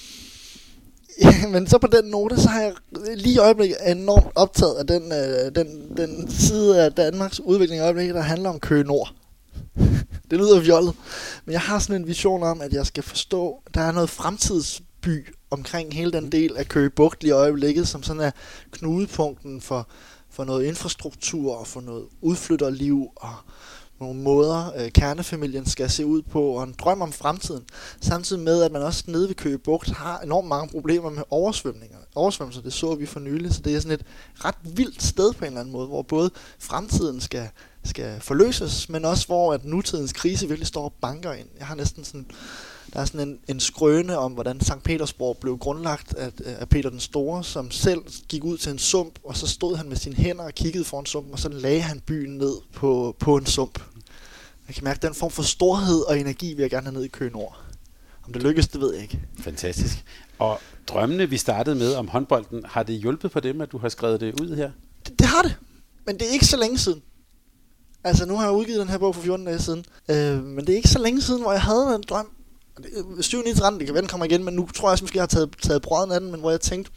Ja, men så på den note, så har jeg lige i øjeblikket enormt optaget af den side af Danmarks udvikling i øjeblikket, der handler om Køge Nord. Det lyder fjollet, men jeg har sådan en vision om, at jeg skal forstå, der er noget fremtidsby omkring hele den del af Køge Bugt i øjeblikket, som sådan er knudepunkten for noget infrastruktur og for noget udflytterliv og nogle måder, kernefamilien skal se ud på, og en drøm om fremtiden. Samtidig med, at man også nede ved Køge Bugt har enormt mange problemer med oversvømmelser. Det så vi for nylig, så det er sådan et ret vildt sted på en eller anden måde, hvor både fremtiden skal forløses, men også hvor at nutidens krise virkelig står og banker ind. Jeg har næsten sådan... Der er sådan en skrøne om, hvordan Sankt Petersborg blev grundlagt af Peter den Store, som selv gik ud til en sump, og så stod han med sine hænder og kiggede foran sumpen, og så lagde han byen ned på en sump. Jeg kan mærke, at den form for storhed og energi vil jeg gerne have ned i Køge Nord. Om det lykkes, det ved jeg ikke. Fantastisk. Og drømmene, vi startede med om håndbolden, har det hjulpet på dem, at du har skrevet det ud her? Det har det, men det er ikke så længe siden. Altså, nu har jeg udgivet den her bog for 14 dage siden, men det er ikke så længe siden, hvor jeg havde en drøm. 7-9-13, det kan være, den kommer igen, men nu tror jeg måske, jeg har taget brøden af den, men hvor jeg tænkte,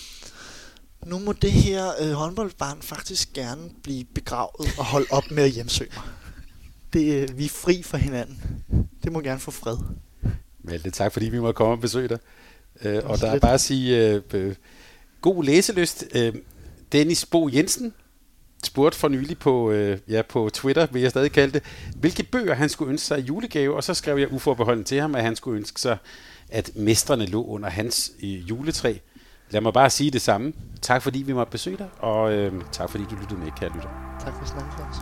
nu må det her håndboldbarn faktisk gerne blive begravet og holde op med at hjemsøge mig. Vi er fri for hinanden. Det må gerne få fred. Malte, tak fordi vi måtte komme og besøge dig. Og der er bare at sige, god læselyst. Dennis Bo Jensen spurgte for nylig på Twitter, vil jeg stadig kalde det, hvilke bøger han skulle ønske sig i julegave, og så skrev jeg uforbeholden til ham, at han skulle ønske sig, at Mestrene lå under hans juletræ. Lad mig bare sige det samme. Tak fordi vi måtte besøge dig, og tak fordi du lyttede med, kære lytter. Tak for snakken, Claus.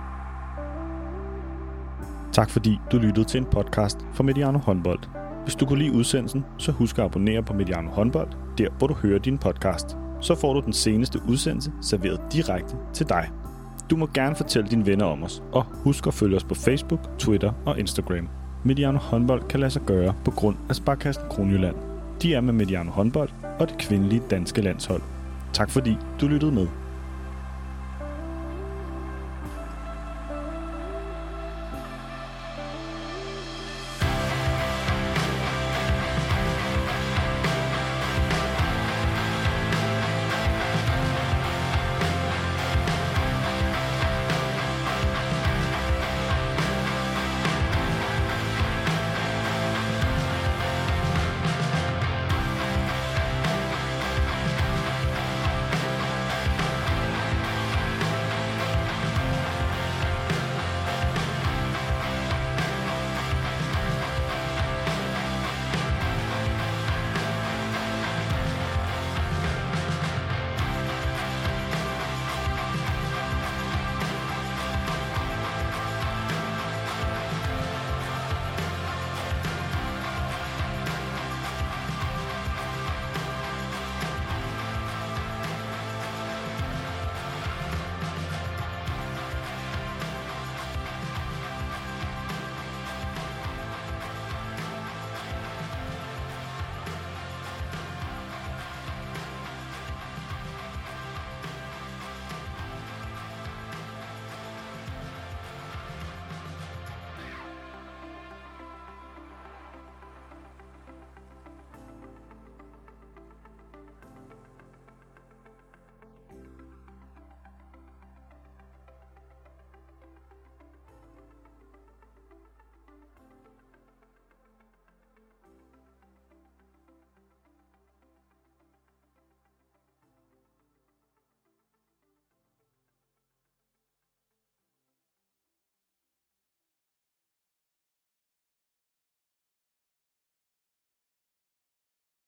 Tak fordi du lyttede til en podcast fra Mediano Håndbold. Hvis du kunne lide udsendelsen, så husk at abonnere på Mediano Håndbold, der hvor du hører din podcast. Så får du den seneste udsendelse serveret direkte til dig. Du må gerne fortælle dine venner om os, og husk at følge os på Facebook, Twitter og Instagram. Mediano Håndbold kan lade sig gøre på grund af Sparkassen Kronjylland. De er med Mediano Håndbold og det kvindelige danske landshold. Tak fordi du lyttede med.